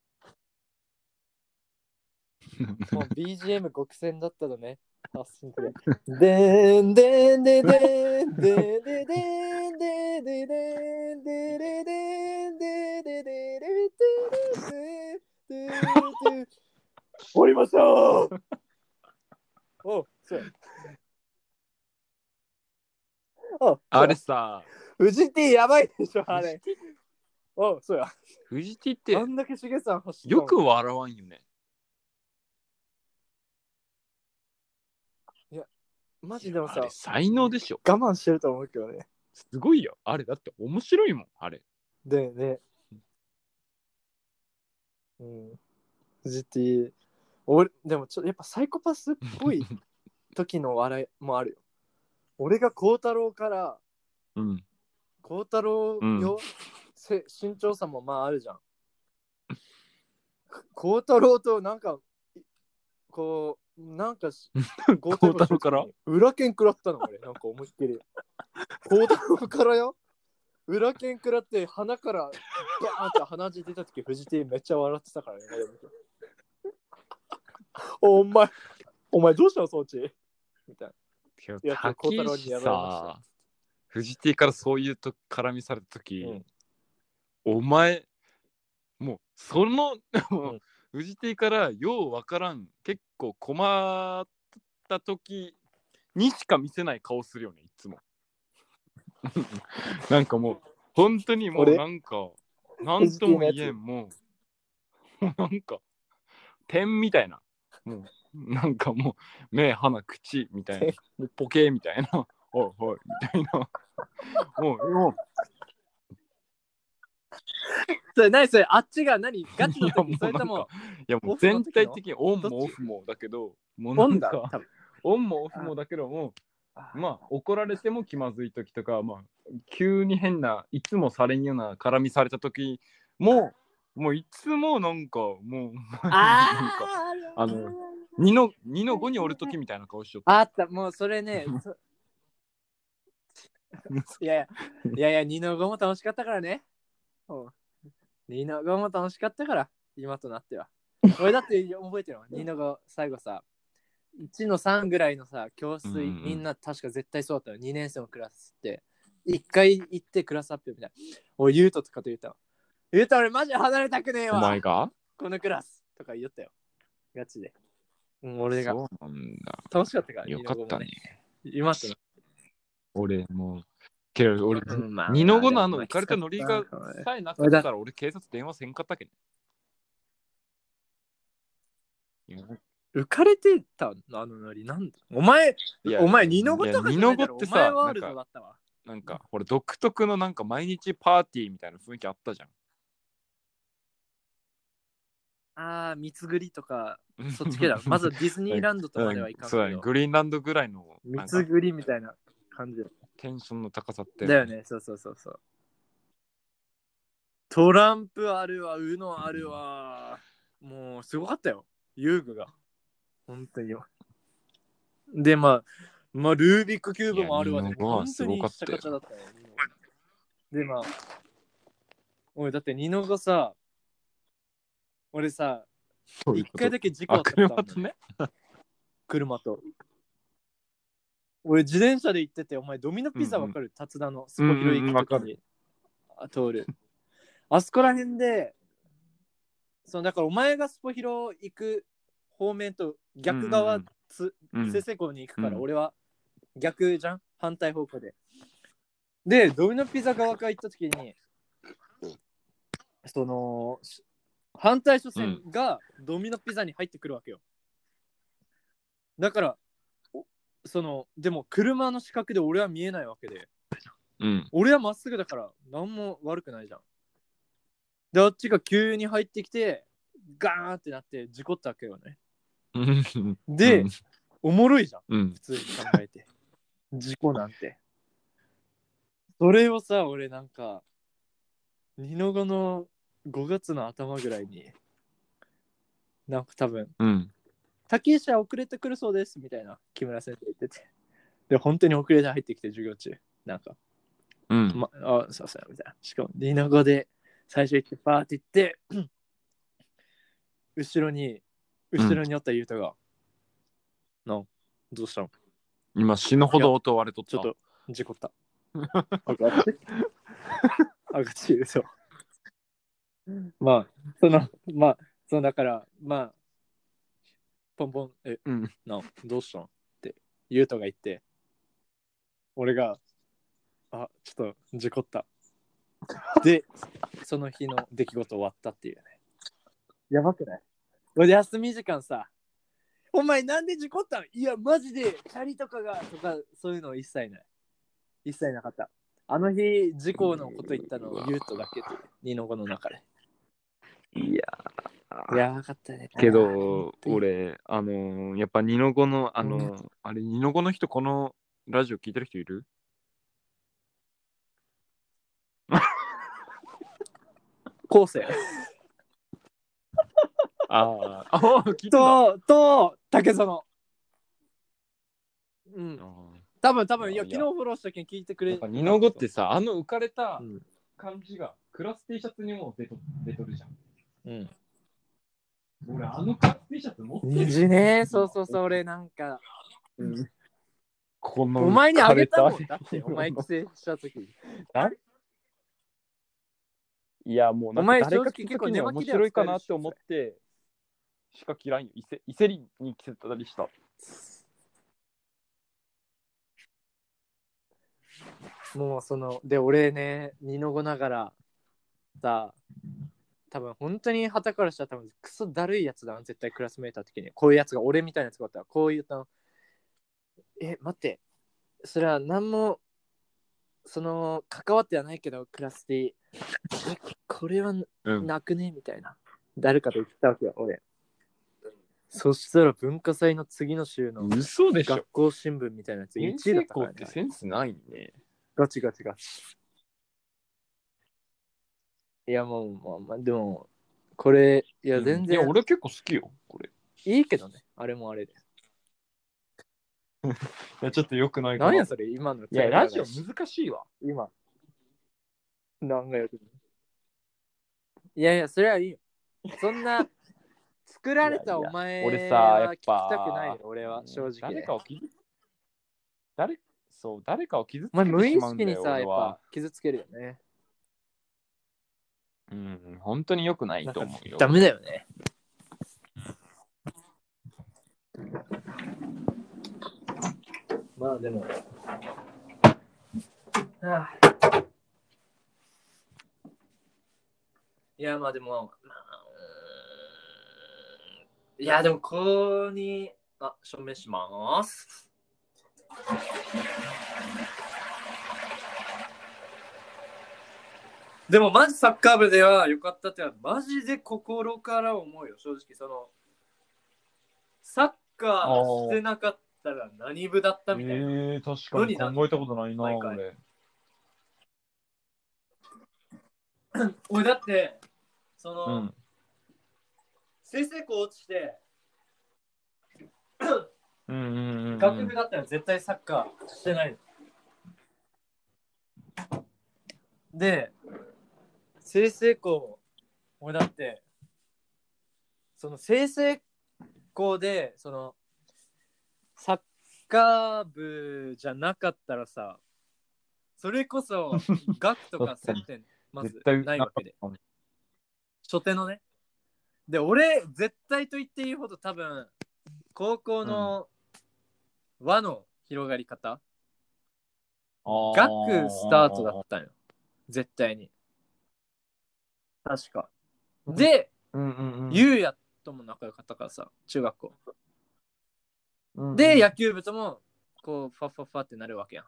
もう BGM 極戦だったのね。あ、すごい。でんでんでんでんでんでんでんでんでんでんでんでんでんでんでんでんでん降りましょう。お、そう。 あれさ、 フジティやばいでしょ、あれ。お、そうや。 フジティってあんだけしげさん走った。 よく笑わんよね。 いや、マジでもさ、 才能でしょ。 我慢してると思うけどね。 すごいよ。あれだって面白いもん、あれ。 でね。うん。フジティ、俺、でもやっぱサイコパスっぽい時の笑いもあるよ。俺が孝太郎から、孝太郎よ、身長差もまああるじゃん。孝太郎となんか、こう、なんか、 孝太郎から裏剣食らったの俺、なんか思いっきり。孝太郎からよ、 裏剣食らって鼻からバーンって鼻血出た時、藤井めっちゃ笑ってたからね。お前どうしたの装置みたいな。いや、今日孝太郎にやられました。 藤井からそういうと絡みされた時、お前もうその藤井からようわからん結構困った時にしか見せない顔するよね、いつも。なんかもう本当にもうなんかなんとも言えん、もうなんか点みたいな、もうなんかもう目鼻口みたいなポケーみたいなおいおいみたいなもうそれ何それ、あっちが何ガチの時、それともいやもう全体的にオンもオフもだけど、もうなんかオンもオフもだけども、まあ怒られても気まずい時とか、まあ急に変ないつもされんような絡みされた時もういつもなんかもうなんか2の5におる時みたいな顔しよった。 あった、もうそれねいや2の5も楽しかったからね。2の5も楽しかったから、今となっては。俺だって覚えてるの2の5最後さ、1の3ぐらいのさ、教室、みんな確か絶対そうだったの。2年生のクラスって。1回行ってクラス発表みたいな。俺、ゆうととかと言ったの。ゆうと俺マジ離れたくねえわ。 お前がこのクラスとか言ったよ。ガチで。俺が。 そうなんだ。 楽しかったから。 よかったね。 今とな。 俺もう、けど俺、2の5の浮かれたノリがさえなかったら俺警察電話せんかったけど。 浮かれてたあのノリなんだお前2の5とかじゃないだろ。 ってさ、 お前ワールドだったわ。 なんか俺独特のなんか毎日パーティーみたいな雰囲気あったじゃん。 ああ、三つぐりとか、そっち系だ。まずディズニーランドとまではいかんけど。 そうだね、グリーンランドぐらいの三つぐりみたいな感じ。 テンションの高さって。 だよね、そう。トランプあるわ、ウノあるわ。もうすごかったよ、遊具が。本当に。で、まあ、ルービックキューブもあるわね。本当にシャカチャだったよ。で、まあ、俺だって2の5さ、俺さ、1回だけ事故あったんだ、 車とね。 車と。俺自転車で行ってて、お前ドミノピザわかる？辰田のスポヒロ行くときに通る。あそこら辺で、だからお前がスポヒロ行く方面と逆側、先生校に行くから、俺は逆じゃん、反対方向で。で、ドミノピザ側から行ったときに、反対車線がドミノピザに入ってくるわけよ。だから、でも車の視覚で俺は見えないわけで、俺はまっすぐだから何も悪くないじゃん。で、あっちが急に入ってきてガーンってなって事故ったわけよね。で、おもろいじゃん、普通に考えて。事故なんて。それをさ、俺なんか2の5の5月の頭ぐらいになんか多分、竹石は遅れてくるそうですみたいな木村先生言ってて、で本当に遅れて入ってきて授業中なんか、そうみたいな。しかも2の5で最初行ってパーって行って後ろにおったゆうたが、どうしたの？ 今死ぬほど音割れとった。 ちょっと事故った。あがちそう。だからポンポンどうしたのってゆうたが言って、俺がちょっと事故ったで、その日の出来事終わったっていうね。やばくない？俺休み時間さ、お前なんで事故ったの？いやマジでチャリとかそういうの一切ない。一切なかった。あの日事故のこと言ったのを言うとだけで2の5の中で。いやばかったね。 けど俺やっぱ2の5のあれ2の5の人、このラジオ聞いてる人いる？ 後世と竹園。 多分いや、 いや昨日フォローしたけん聞いてくれ。 二の語ってさ、あの浮かれた感じが、クラス T シャツにも出とるじゃん。 うん。 俺、あのクラス T シャツ持ってる。 虹ね、そう、俺なんか、 このお前にあげたもんだって、お前帰省した時に。 いや、もうなんか誰か着た時に面白いかなって思って、しか着らんよ。伊勢りに着せたりした。 もうで、俺ね、二の語ながらさ、多分本当に旗からしたら多分クソだるいやつだな、絶対クラスメーター的に。こういうやつが、俺みたいなやつがおったら、こういうの、待って、それは何も、関わってはないけど、クラスで、これはなくねみたいな。誰かと言ったわけよ、俺。そしたら文化祭の次の週の嘘でしょ。 学校新聞みたいなやつ1位だったからね。 ってセンスないね。 ガチ。いやもう、でも、これ、いや全然。 いや、俺結構好きよ、これ。 いいけどね、あれもあれで。 いや、ちょっと良くないかな。 何やそれ、今の。 いや、ラジオ難しいわ。 今。何がやるの。いや、それはいいよ。そんな、作られたお前俺さ、やっは聞きたくないよ、 ぱ、 俺は、正直。 誰かを傷つけてしまうんだよ。 お前無意識にさ、やっぱ傷つけるよね。 本当に良くないと思うよ。 ダメだよね。まあでも。いや、まあでも、いや、でも、ここに、署名します。でも、マジサッカー部では良かったってのは、マジで心から思うよ、正直。サッカーしてなかったら何部だったみたいな。 確かに考えたことないな、俺。 俺だって、先生校落ちて、学部だったら絶対サッカーしてないの。で、先生校、俺だって、先生校で、サッカー部じゃなかったらさ、それこそ学とか接点まずないわけで。初手のね。で、俺、絶対と言っていいほど多分、高校の輪の広がり方、学スタートだったよ。絶対に。確か。で、ゆうやとも仲良かったからさ、中学校。で、野球部とも、こう、ファッファッファってなるわけやん。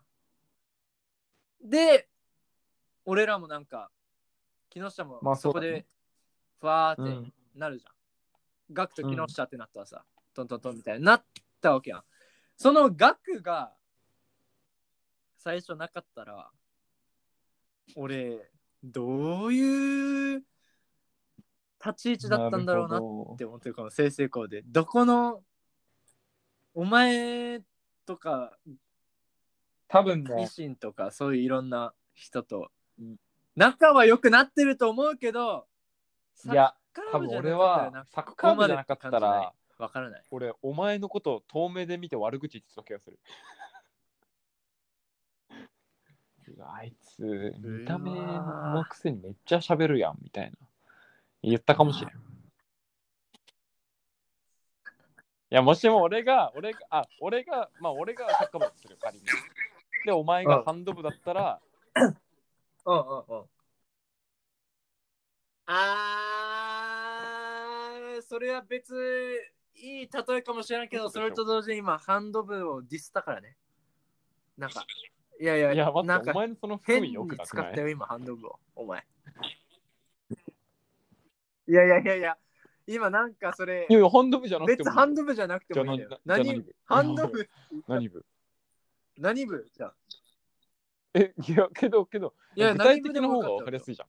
で、俺らもなんか、木下もそこで、ファーってなるじゃん。学と木下ってなったらさ、トントントンみたいになったわけやん。その学が、最初なかったら、俺、どういう立ち位置だったんだろうなって思ってるかも、済々校で。どこの、お前とか、 多分ね、 維新とか、そういういろんな人と、仲は良くなってると思うけど、 いや、多分俺は、サッカー部じゃなかったら、 わからない。 俺、お前のことを遠目で見て悪口言ってた気がする。あいつ、見た目のくせにめっちゃ喋るやん、みたいな。言ったかもしれん。いや、もしも俺がサッカー部だとする、仮に。で、お前がハンド部だったら、 それは別いい例えかもしれないけど、それと同時に今ハンド部をディスったからね。なんか、いや、 待って、お前のその変に使ったよ、今ハンド部を、お前。いや、今なんかそれ、 いや、ハンド部じゃなくても別ハンド部じゃなくてもいいんだよ。ハンド部何部じゃあ。 いや、けど、具体的な方が分かりやすいじゃん。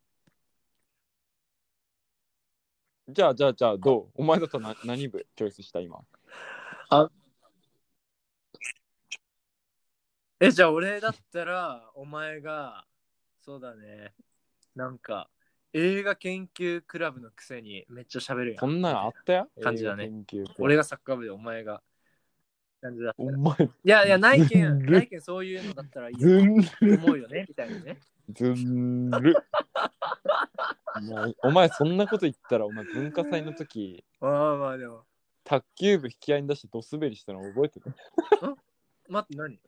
じゃあ、どうお前だと何部チョイスした今。 じゃあ俺だったら、お前が、そうだね。なんか、映画研究クラブのくせにめっちゃ喋るやん。 そんなんあったよ。 感じだね。 研究俺がサッカー部でお前が感じだったら。 お前、 いや、ないけん、 ずそういうのだったらいいずよ。 んる、 思うよね、みたいなね。 ずんる。お前そんなこと言ったら、お前文化祭の時、 まあでも。 卓球部引き合いに出してドスベリしたの覚えてる？ 待って、何？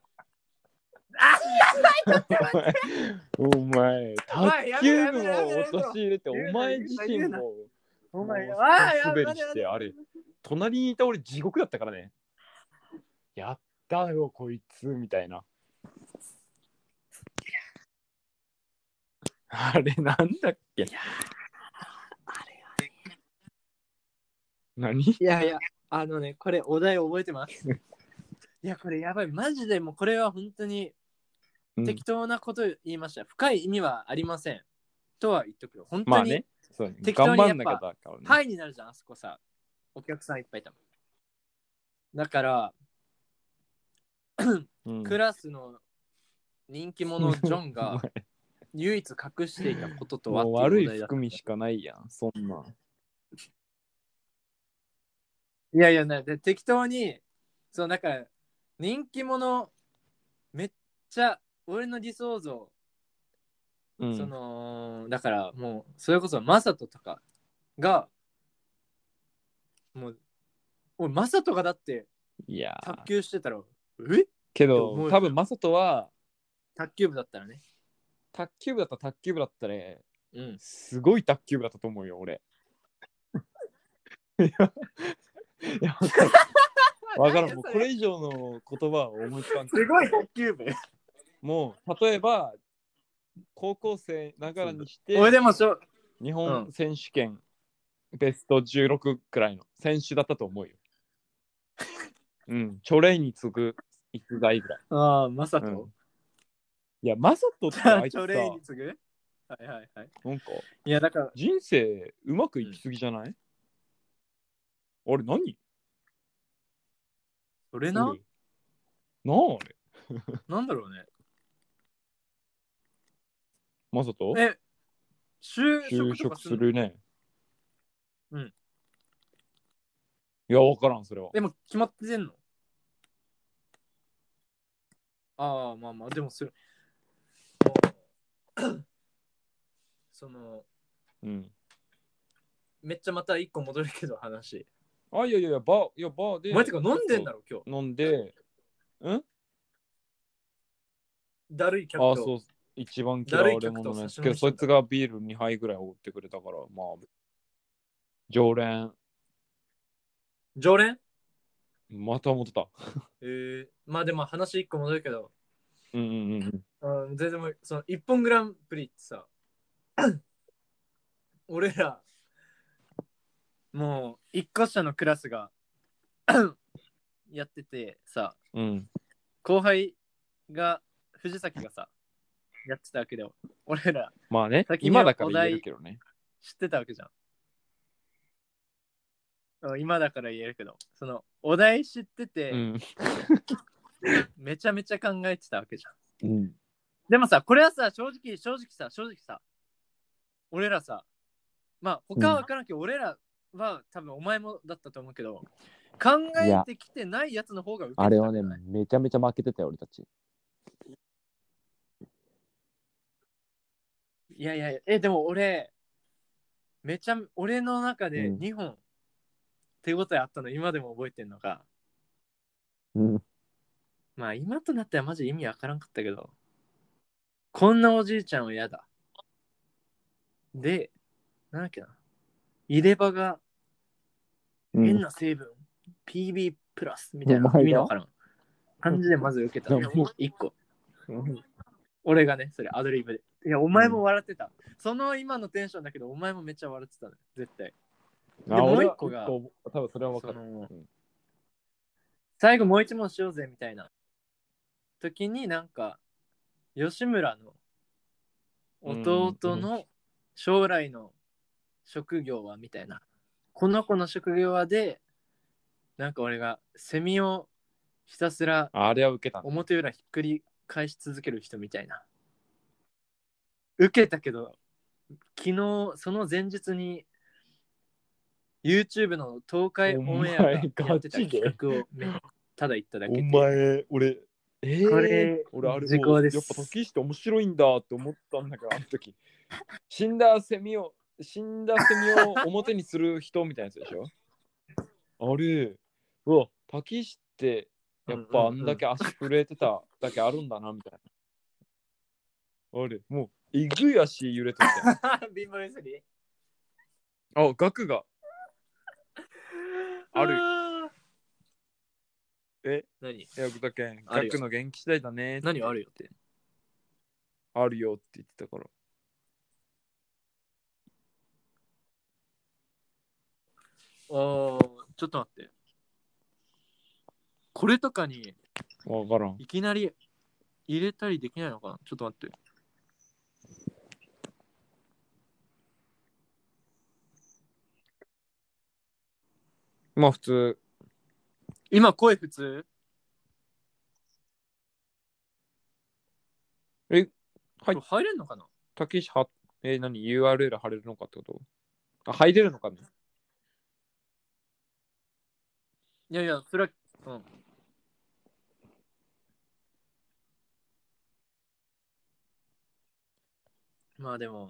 お前、卓球部を陥れて、お前自身も、 お前、 滑りして、あれ、隣にいた俺地獄だったからね。やったよ、こいつ、みたいな。あれ、なんだっけ？何？ いや、これお題覚えてます。いや、これやばい。マジでもうこれは本当に適当なこと言いました。深い意味はありません。とは言っとくよ。本当に。 ね、そうね、 適当にやっぱ頑張んなきゃだからね。 はいになるじゃん、あそこさ。お客さんいっぱいいたもん。だから、クラスの人気者ジョンが唯一隠していたこととはもう悪い含みしかないやん、そんな。 いや、で適当に、そう、だから、人気者、めっちゃ、俺の理想像、その、だからもう、それこそ、マサトとかが、もう、俺、マサトがだって、 いや卓球してたら、 けど、多分マサトは、 卓球部だったらね。 卓球部だったら、 うん。 すごい卓球部だったと思うよ、俺。いや、わからん。もうこれ以上の言葉は思いつかん。 すごい卓球部。 もう、例えば、高校生ながらにして、 俺でも日本選手権、ベスト16くらいの選手だったと思うよ。うん、チョレイに次ぐ逸材ぐらい。 ああ、マサト、 いや、マサトってあいつさ、 チョレイに次ぐ、はいはいはい。 なんか、 いや、だから、 人生うまくいきすぎじゃない？あれ何？ それな、 あれなんだろうね。 マサト？ 就就職とか職するね。 うん。 いや、わからん、それは。 でも決まってんの？ああ、まあまあ、でもそれ、その、めっちゃまた一個戻るけど話。 いや、バーで。 お前てか飲んでんだろ、今日。 飲んで、 だるい客と。 そう、一番嫌われ者のやつ。けど、そいつがビール2杯ぐらいおごってくれたから、まあ、常連。また戻った。 まあでも話一個戻るけど、全然もその一本グランプリってさ、俺ら、もう一個下のクラスがやっててさ、後輩が、藤崎がさ、やってたわけで、俺ら、 まあね、今だから言えるけどね。 知ってたわけじゃん。今だから言えるけど、そのお題知ってて、めちゃめちゃ考えてたわけじゃん。でもさ、これはさ、正直さ、俺らさ、まあ他は分からんけど、俺らは多分お前もだったと思うけど、考えてきてないやつの方が受けてた。 あれはね、めちゃめちゃ負けてたよ、俺たち。 いや、でも俺の中で2本手応えあったの今でも覚えてんのが、まあ今となってはマジ意味わからんかったけど、こんなおじいちゃんは嫌だ。で、なんだっけな、入れ歯が変な成分、PB プラスみたいな意味のわからん感じでまず受けた。1個。俺がね、それアドリブで。いや、お前も笑ってた。その今のテンションだけど、お前もめっちゃ笑ってたね、絶対。で、もう一個が、 多分それは分かる。 最後もう一問しようぜみたいな時に、なんか、吉村の弟の将来の職業はみたいな。この子の職業はで、なんか俺がセミをひたすら表裏ひっくり返し続ける人みたいな。受けたけど、昨日、その前日に YouTube の東海オンエアがやってた企画をただ言っただけ。 お前、俺、 これ、 俺あれ時効です。 やっぱ時して面白いんだって思ったんだけど、あの時。死んだセミを表にする人みたいなやつでしょ。あれ、うわ、滝石ってやっぱあんだけ足震えてただけあるんだなみたいな。あれ、もうえぐい足揺れてた。 貧乏ゆすり。 あ、額がある。 何？ いや、だけん、額の元気次第だねって。 何あるよって。 あるよって言ってたから。 ちょっと待って。これとかにわからん。 いきなり入れたりできないのかな。ちょっと待って。 まあ普通。 今声普通？ はい。 入れんのかな。 竹石は、何 ?URL 貼れるのかってこと？あ、入れるのかね。 いやいや、それは、まあでも、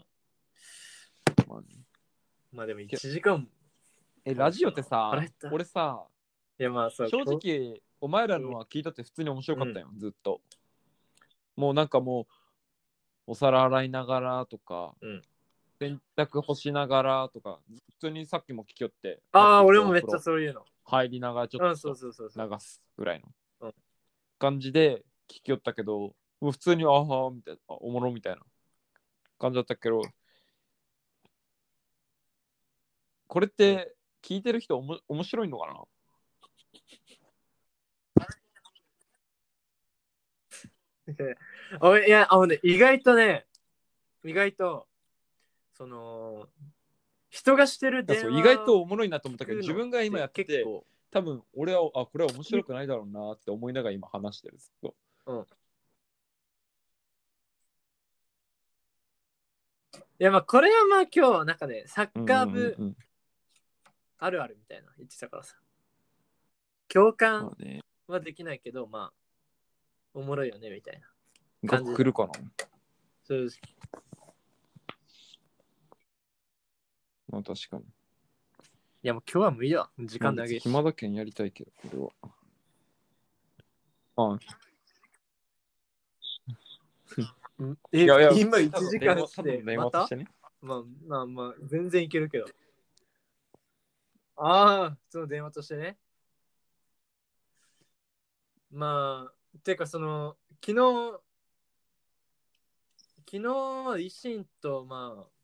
まあでも1時間。 ラジオってさ、俺さ、 いやまあ正直、お前らのは聞いたって普通に面白かったよ、ずっと。もうなんかもう、お皿洗いながらとか、洗濯干しながらとか、普通にさっきも聞きよって。 ああ、俺もめっちゃそういうの。 入りながらちょっと流すぐらいの感じで聞きよったけど、もう普通にああみたいな、おもろみたいな感じだったけど、これって聞いてる人面白いのかな。 いや、ね、意外とその人がしてる電話、 意外とおもろいなと思ったけど、自分が今やってて多分俺はこれは面白くないだろうなって思いながら今話してる、ずっと。 いやまあこれはまあ今日なんかね、サッカー部あるあるみたいな言ってたからさ、共感はできないけど、まあおもろいよねみたいな感じ。 来るかな。 そうまあ確かに。 いやもう今日は無理だわ、時間だけ。 暇だけんやりたいけど、これは。あいや今1時間してまた、まあ全然いけるけど。ああ、その電話としてね。まあてかその昨日維新とまあ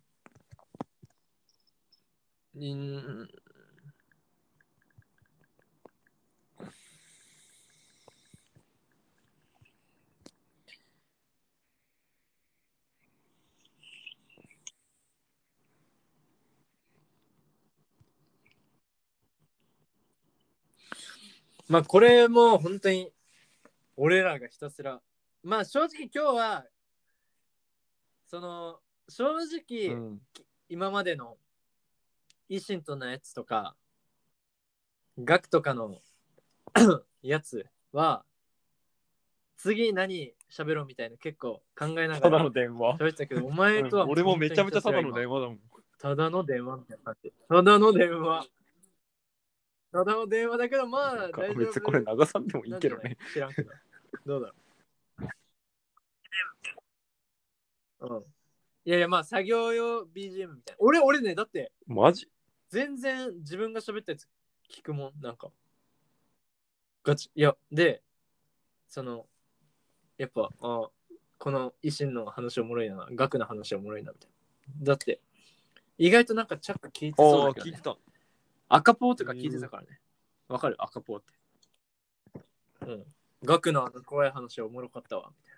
まあこれも本当に俺らがひたすら、まあ正直今日はその正直、今までの維新とのやつとか学とかのやつは次何喋ろうみたいな結構考えながらただの電話喋ったけど、お前とは俺もめちゃめちゃただの電話だもん。 ただの電話みたいな感じ。ただの電話だけど、まあ大丈夫。 別にこれ流さんでもいいけどね。 知らんけど。どうだろう。いやいや、まあ作業用 BGM みたいな。俺ね、だってマジ全然自分が喋ったやつ聞くもん、なんかガチ。いやで、そのやっぱこの維新の話おもろいな、学の話おもろいなみたいな。だって意外となんかチャック聞いてそうだけど、ね、聞いてた。赤ポーとか聞いてたからね。わかる？赤ポーって。学の怖い話おもろかったわみたい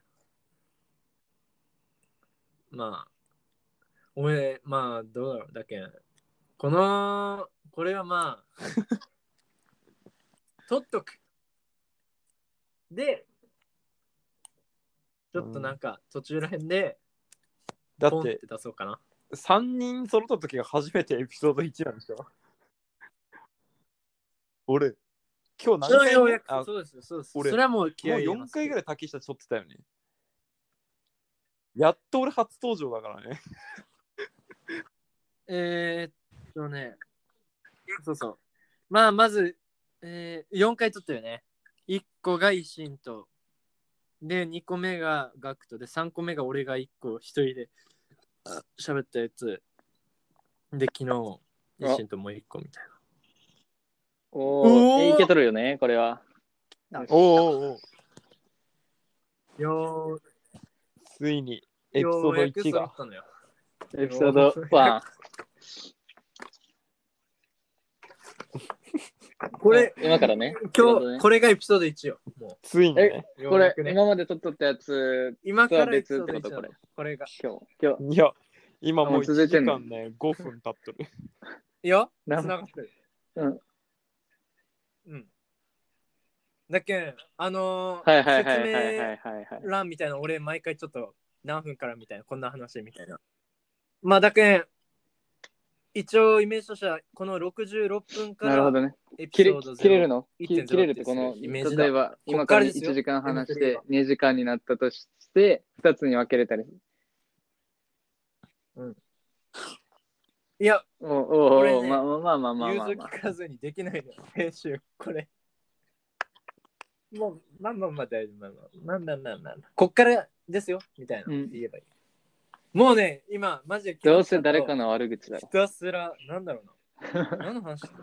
な。まあおめまあどうだろう、だけんこれはまあ取っとく。でちょっとなんか途中らへんでだってポンって出そうかな。 3人揃った時が初めてエピソード1なんでしょ。俺、今日何回目？ そうです、そうです。 俺それはもうもう4回ぐらい竹下撮ってたよね。やっと俺初登場だからね。 ね、そうそう。まあ、まず、4回撮ったよね。1個が維新と、で、2個目がガクトで、3個目が俺が1個一人で喋ったやつ。で、昨日、維新ともう1個みたいな。 おー、いけとるよね、これは。 およついにエピソード1が。 エピソード1。 これ、 今からね。 今日、これがエピソード1よ。もうついにね。 これ、今まで撮っとったやつ今から別ってことこれ。 これが。 今日。 いや、今もう1時間ね、5分経ってる。 いや、つながってる。うん。だけん、説明欄みたいな、俺毎回ちょっと何分からみたいな、こんな話みたいな。まあだけん、一応イメージとしては、この66分からエピソード0。 切れるの？切れるってこの、例えば今から1時間話して2時間になったとして、2つに分けれたり。 うん。いや、 俺ね、まあ。 融通聞かずにできないのよ、編集、これ。もう、まあ、大丈夫。まあ。こっからですよ、みたいな、言えばいい。もうね、今、マジで。 どうせ誰かの悪口だろ。 ひたすら、なんだろうな。何の話だ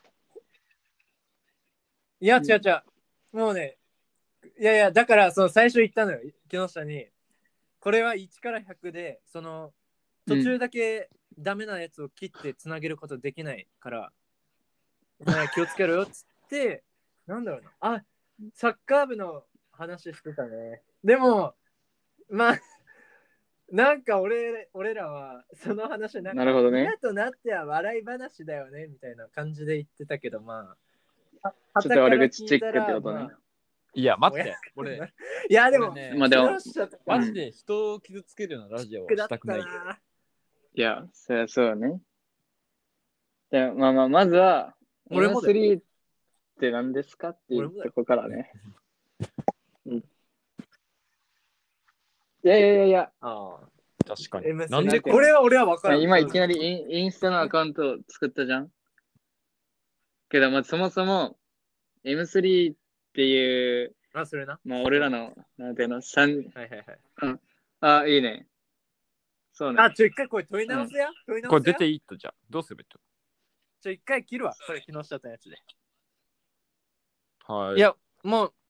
いや、違う。もうね、いや、だから、その最初言ったのよ、木下に。これは1から100で、その、途中だけダメなやつを切ってつなげることできないから、気をつけろよっつって、なんだろうな。サッカー部の話してたね。でも、まあ、なんか俺らはその話なんかなるほどね。 嫌となっては笑い話だよねみたいな感じで言ってたけど、まあ、 ちょっと悪口チェックってことね。 いや、待って、俺。 いや、でも、 まあでも、 マジで人を傷つけるようなラジオをしたくないよ。 いや、そりゃそうね。でまあ、まずは、M3 って何ですかっていうとこからね。いや。 確かに。 なんでこれは俺は分からん。今いきなりインスタのアカウント作ったじゃん。けど、まあ、そもそも M3 っていう、 それな。 まあ、俺らの、なんていうの、 はい。 いいね。そうね。 一回これ問い直せや。 これ出ていいとじゃあ、どうすればいい一回切るわ。これ、木下とやつで。 はい。 いや、もう、